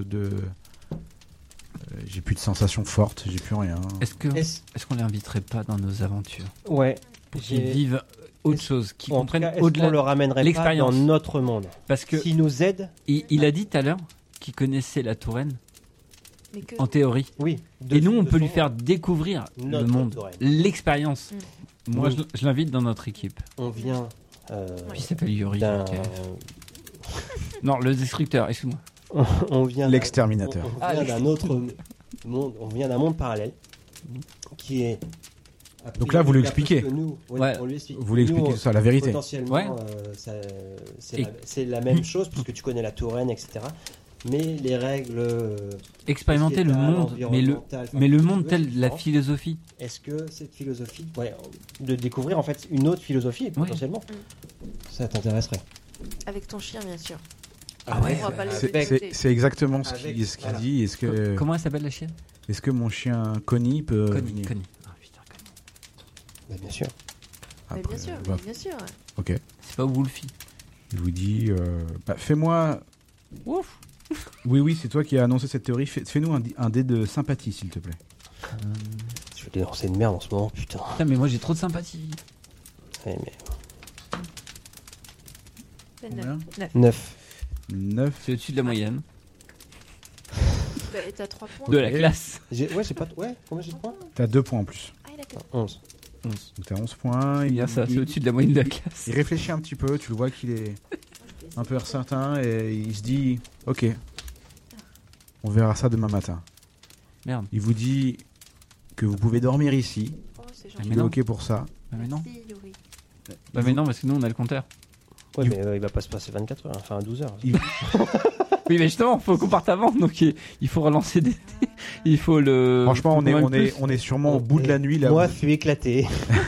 S2: j'ai plus de sensations fortes, j'ai plus rien.
S3: Est-ce qu'on l'inviterait pas dans nos aventures
S4: Ouais.
S3: pour qu'ils vivent autre chose, qu'ils
S4: En tout
S3: comprennent
S4: cas, est-ce
S3: au-delà
S4: qu'on le ramènerait pas
S3: l'expérience.
S4: dans notre monde?
S3: Parce que
S4: S'il nous aide,
S3: il a dit tout à l'heure qu'il connaissait la Touraine
S5: Mais que...
S3: en théorie.
S4: oui.
S3: Et nous, on peut lui faire découvrir
S4: Notre
S3: le monde,
S4: Touraine.
S3: l'expérience. Moi,
S4: Oui.
S3: je l'invite dans notre équipe.
S4: On vient
S3: Puis il s'appelle Yuri.
S4: d'un...
S3: ok. Non, le destructeur, excuse-moi.
S4: on vient
S2: L'exterminateur.
S4: On vient d'un autre monde. On vient d'un monde parallèle qui est.
S2: Donc là, vous lui expliquez.
S3: Ouais.
S4: On lui explique.
S2: Vous voulez expliquer
S4: Nous,
S2: tout ça, la vérité.
S4: Potentiellement,
S3: Ouais.
S4: c'est la même chose puisque tu connais la Touraine, etc. Mais les règles.
S3: Expérimenter le monde, mais le monde tel la philosophie.
S4: Est-ce que cette philosophie, de découvrir en fait une autre philosophie potentiellement, ça t'intéresserait?
S5: Avec ton chien, bien sûr.
S3: Ah ouais.
S5: On va pas le laisser.
S2: C'est exactement ce
S4: Avec-
S2: qu'il
S4: voilà.
S2: dit. Est-ce que,
S3: Comment elle s'appelle la chienne?
S2: est-ce que mon chien Connie peut
S3: Connie.
S2: venir
S3: Ah, putain, Connie.
S4: Bah, bien sûr.
S5: Mais
S2: Après,
S5: bien sûr,
S2: bah,
S5: bien sûr.
S2: ok.
S3: C'est pas Wolfie.
S2: Il vous dit fais-moi.
S3: Ouf.
S2: Oui, c'est toi qui as annoncé cette théorie. Fais-nous un dé de sympathie, s'il te plaît.
S4: Je vais lancer une merde en ce moment, putain.
S3: Putain, mais moi j'ai trop de sympathie.
S4: Ouais, mais...
S5: C'est
S2: Combien
S4: 9.
S2: 9.
S3: C'est au-dessus de la moyenne
S5: Et t'as 3 points.
S3: de la classe.
S4: J'ai pas. Ouais, combien j'ai de points?
S2: T'as 2 points en plus.
S5: Ah, il a 4
S4: 11.
S3: 11.
S2: Donc t'as 11 points.
S3: C'est bien ça, c'est au-dessus de la moyenne de la classe.
S2: Il réfléchit un petit peu, tu le vois qu'il est un peu certain et il se dit ok, on verra ça demain matin.
S3: Merde.
S2: Il vous dit que vous pouvez dormir ici.
S5: Oh, c'est
S3: Mais
S5: gentil.
S2: Il est
S3: non.
S2: ok pour ça.
S3: Bah mais non.
S5: Merci, Yuri.
S3: Bah mais non, parce que nous on a le compteur.
S4: Ouais,
S2: Il-
S4: mais il va pas se passer 24 heures, enfin 12 heures.
S3: Oui, mais justement, faut qu'on parte avant, donc il faut relancer des. Il faut le.
S2: Franchement,
S3: faut qu'on aille plus.
S2: on est sûrement au bout de la nuit là.
S4: Moi, je suis éclaté.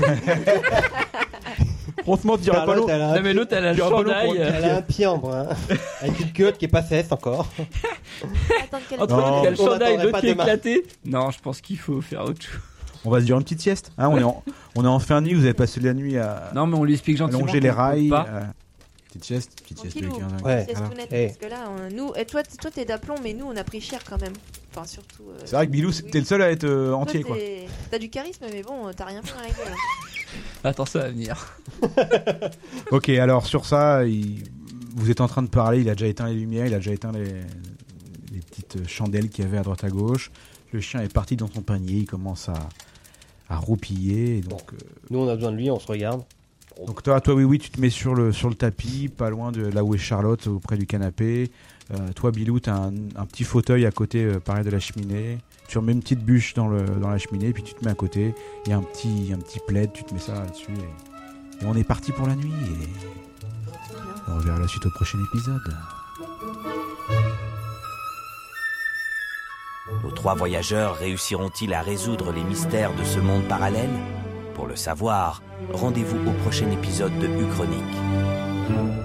S2: Franchement, tu dirais pas l'eau.
S3: Non, mais l'autre elle a le chandail.
S4: Elle a un pied en brun, avec une queue qui est pas cesse encore.
S5: Attends, quel
S3: Entre
S2: Non.
S3: l'autre qui a le
S4: On
S3: chandail,
S4: n'attendrait
S3: l'autre
S4: pas
S3: qui est
S4: demain.
S3: éclaté. Non, je pense qu'il faut faire autre chose.
S2: On va se dire une petite sieste. Hein, on est en fin de nuit. Vous avez passé la nuit à
S3: Non, mais on lui explique gentiment.
S2: allonger les
S3: qu'on peut
S2: rails.
S3: pas.
S2: Petite sieste de
S5: Tranquillou.
S2: 15 ans.
S4: Ouais.
S5: C'est
S2: Voilà.
S5: tout net,
S4: Eh.
S5: parce que là, nous, et toi t'es d'aplomb, mais nous, on a pris cher quand même. Enfin, surtout.
S2: C'est vrai que Bilou, t'es le seul à être entier
S5: Toi,
S2: quoi.
S5: T'as du charisme, mais bon, t'as rien fait dans la gueule.
S3: Attends, ça va venir.
S2: Ok, alors sur ça, vous êtes en train de parler. Il a déjà éteint les lumières, il a déjà éteint les petites chandelles qu'il y avait à droite à gauche. Le chien est parti dans son panier, il commence à roupiller. Et donc,
S4: Nous, on a besoin de lui, on se regarde.
S2: donc toi, oui, tu te mets sur le tapis, pas loin de là où est Charlotte, auprès du canapé. Toi, Bilou, t'as un petit fauteuil à côté, pareil de la cheminée. Tu remets une petite bûche dans la cheminée, puis tu te mets à côté. Il y a un petit plaid, tu te mets ça là-dessus. Et on est parti pour la nuit. Et on reverra la suite au prochain épisode.
S8: Nos 3 voyageurs réussiront-ils à résoudre les mystères de ce monde parallèle? Pour le savoir, rendez-vous au prochain épisode de Uchronique.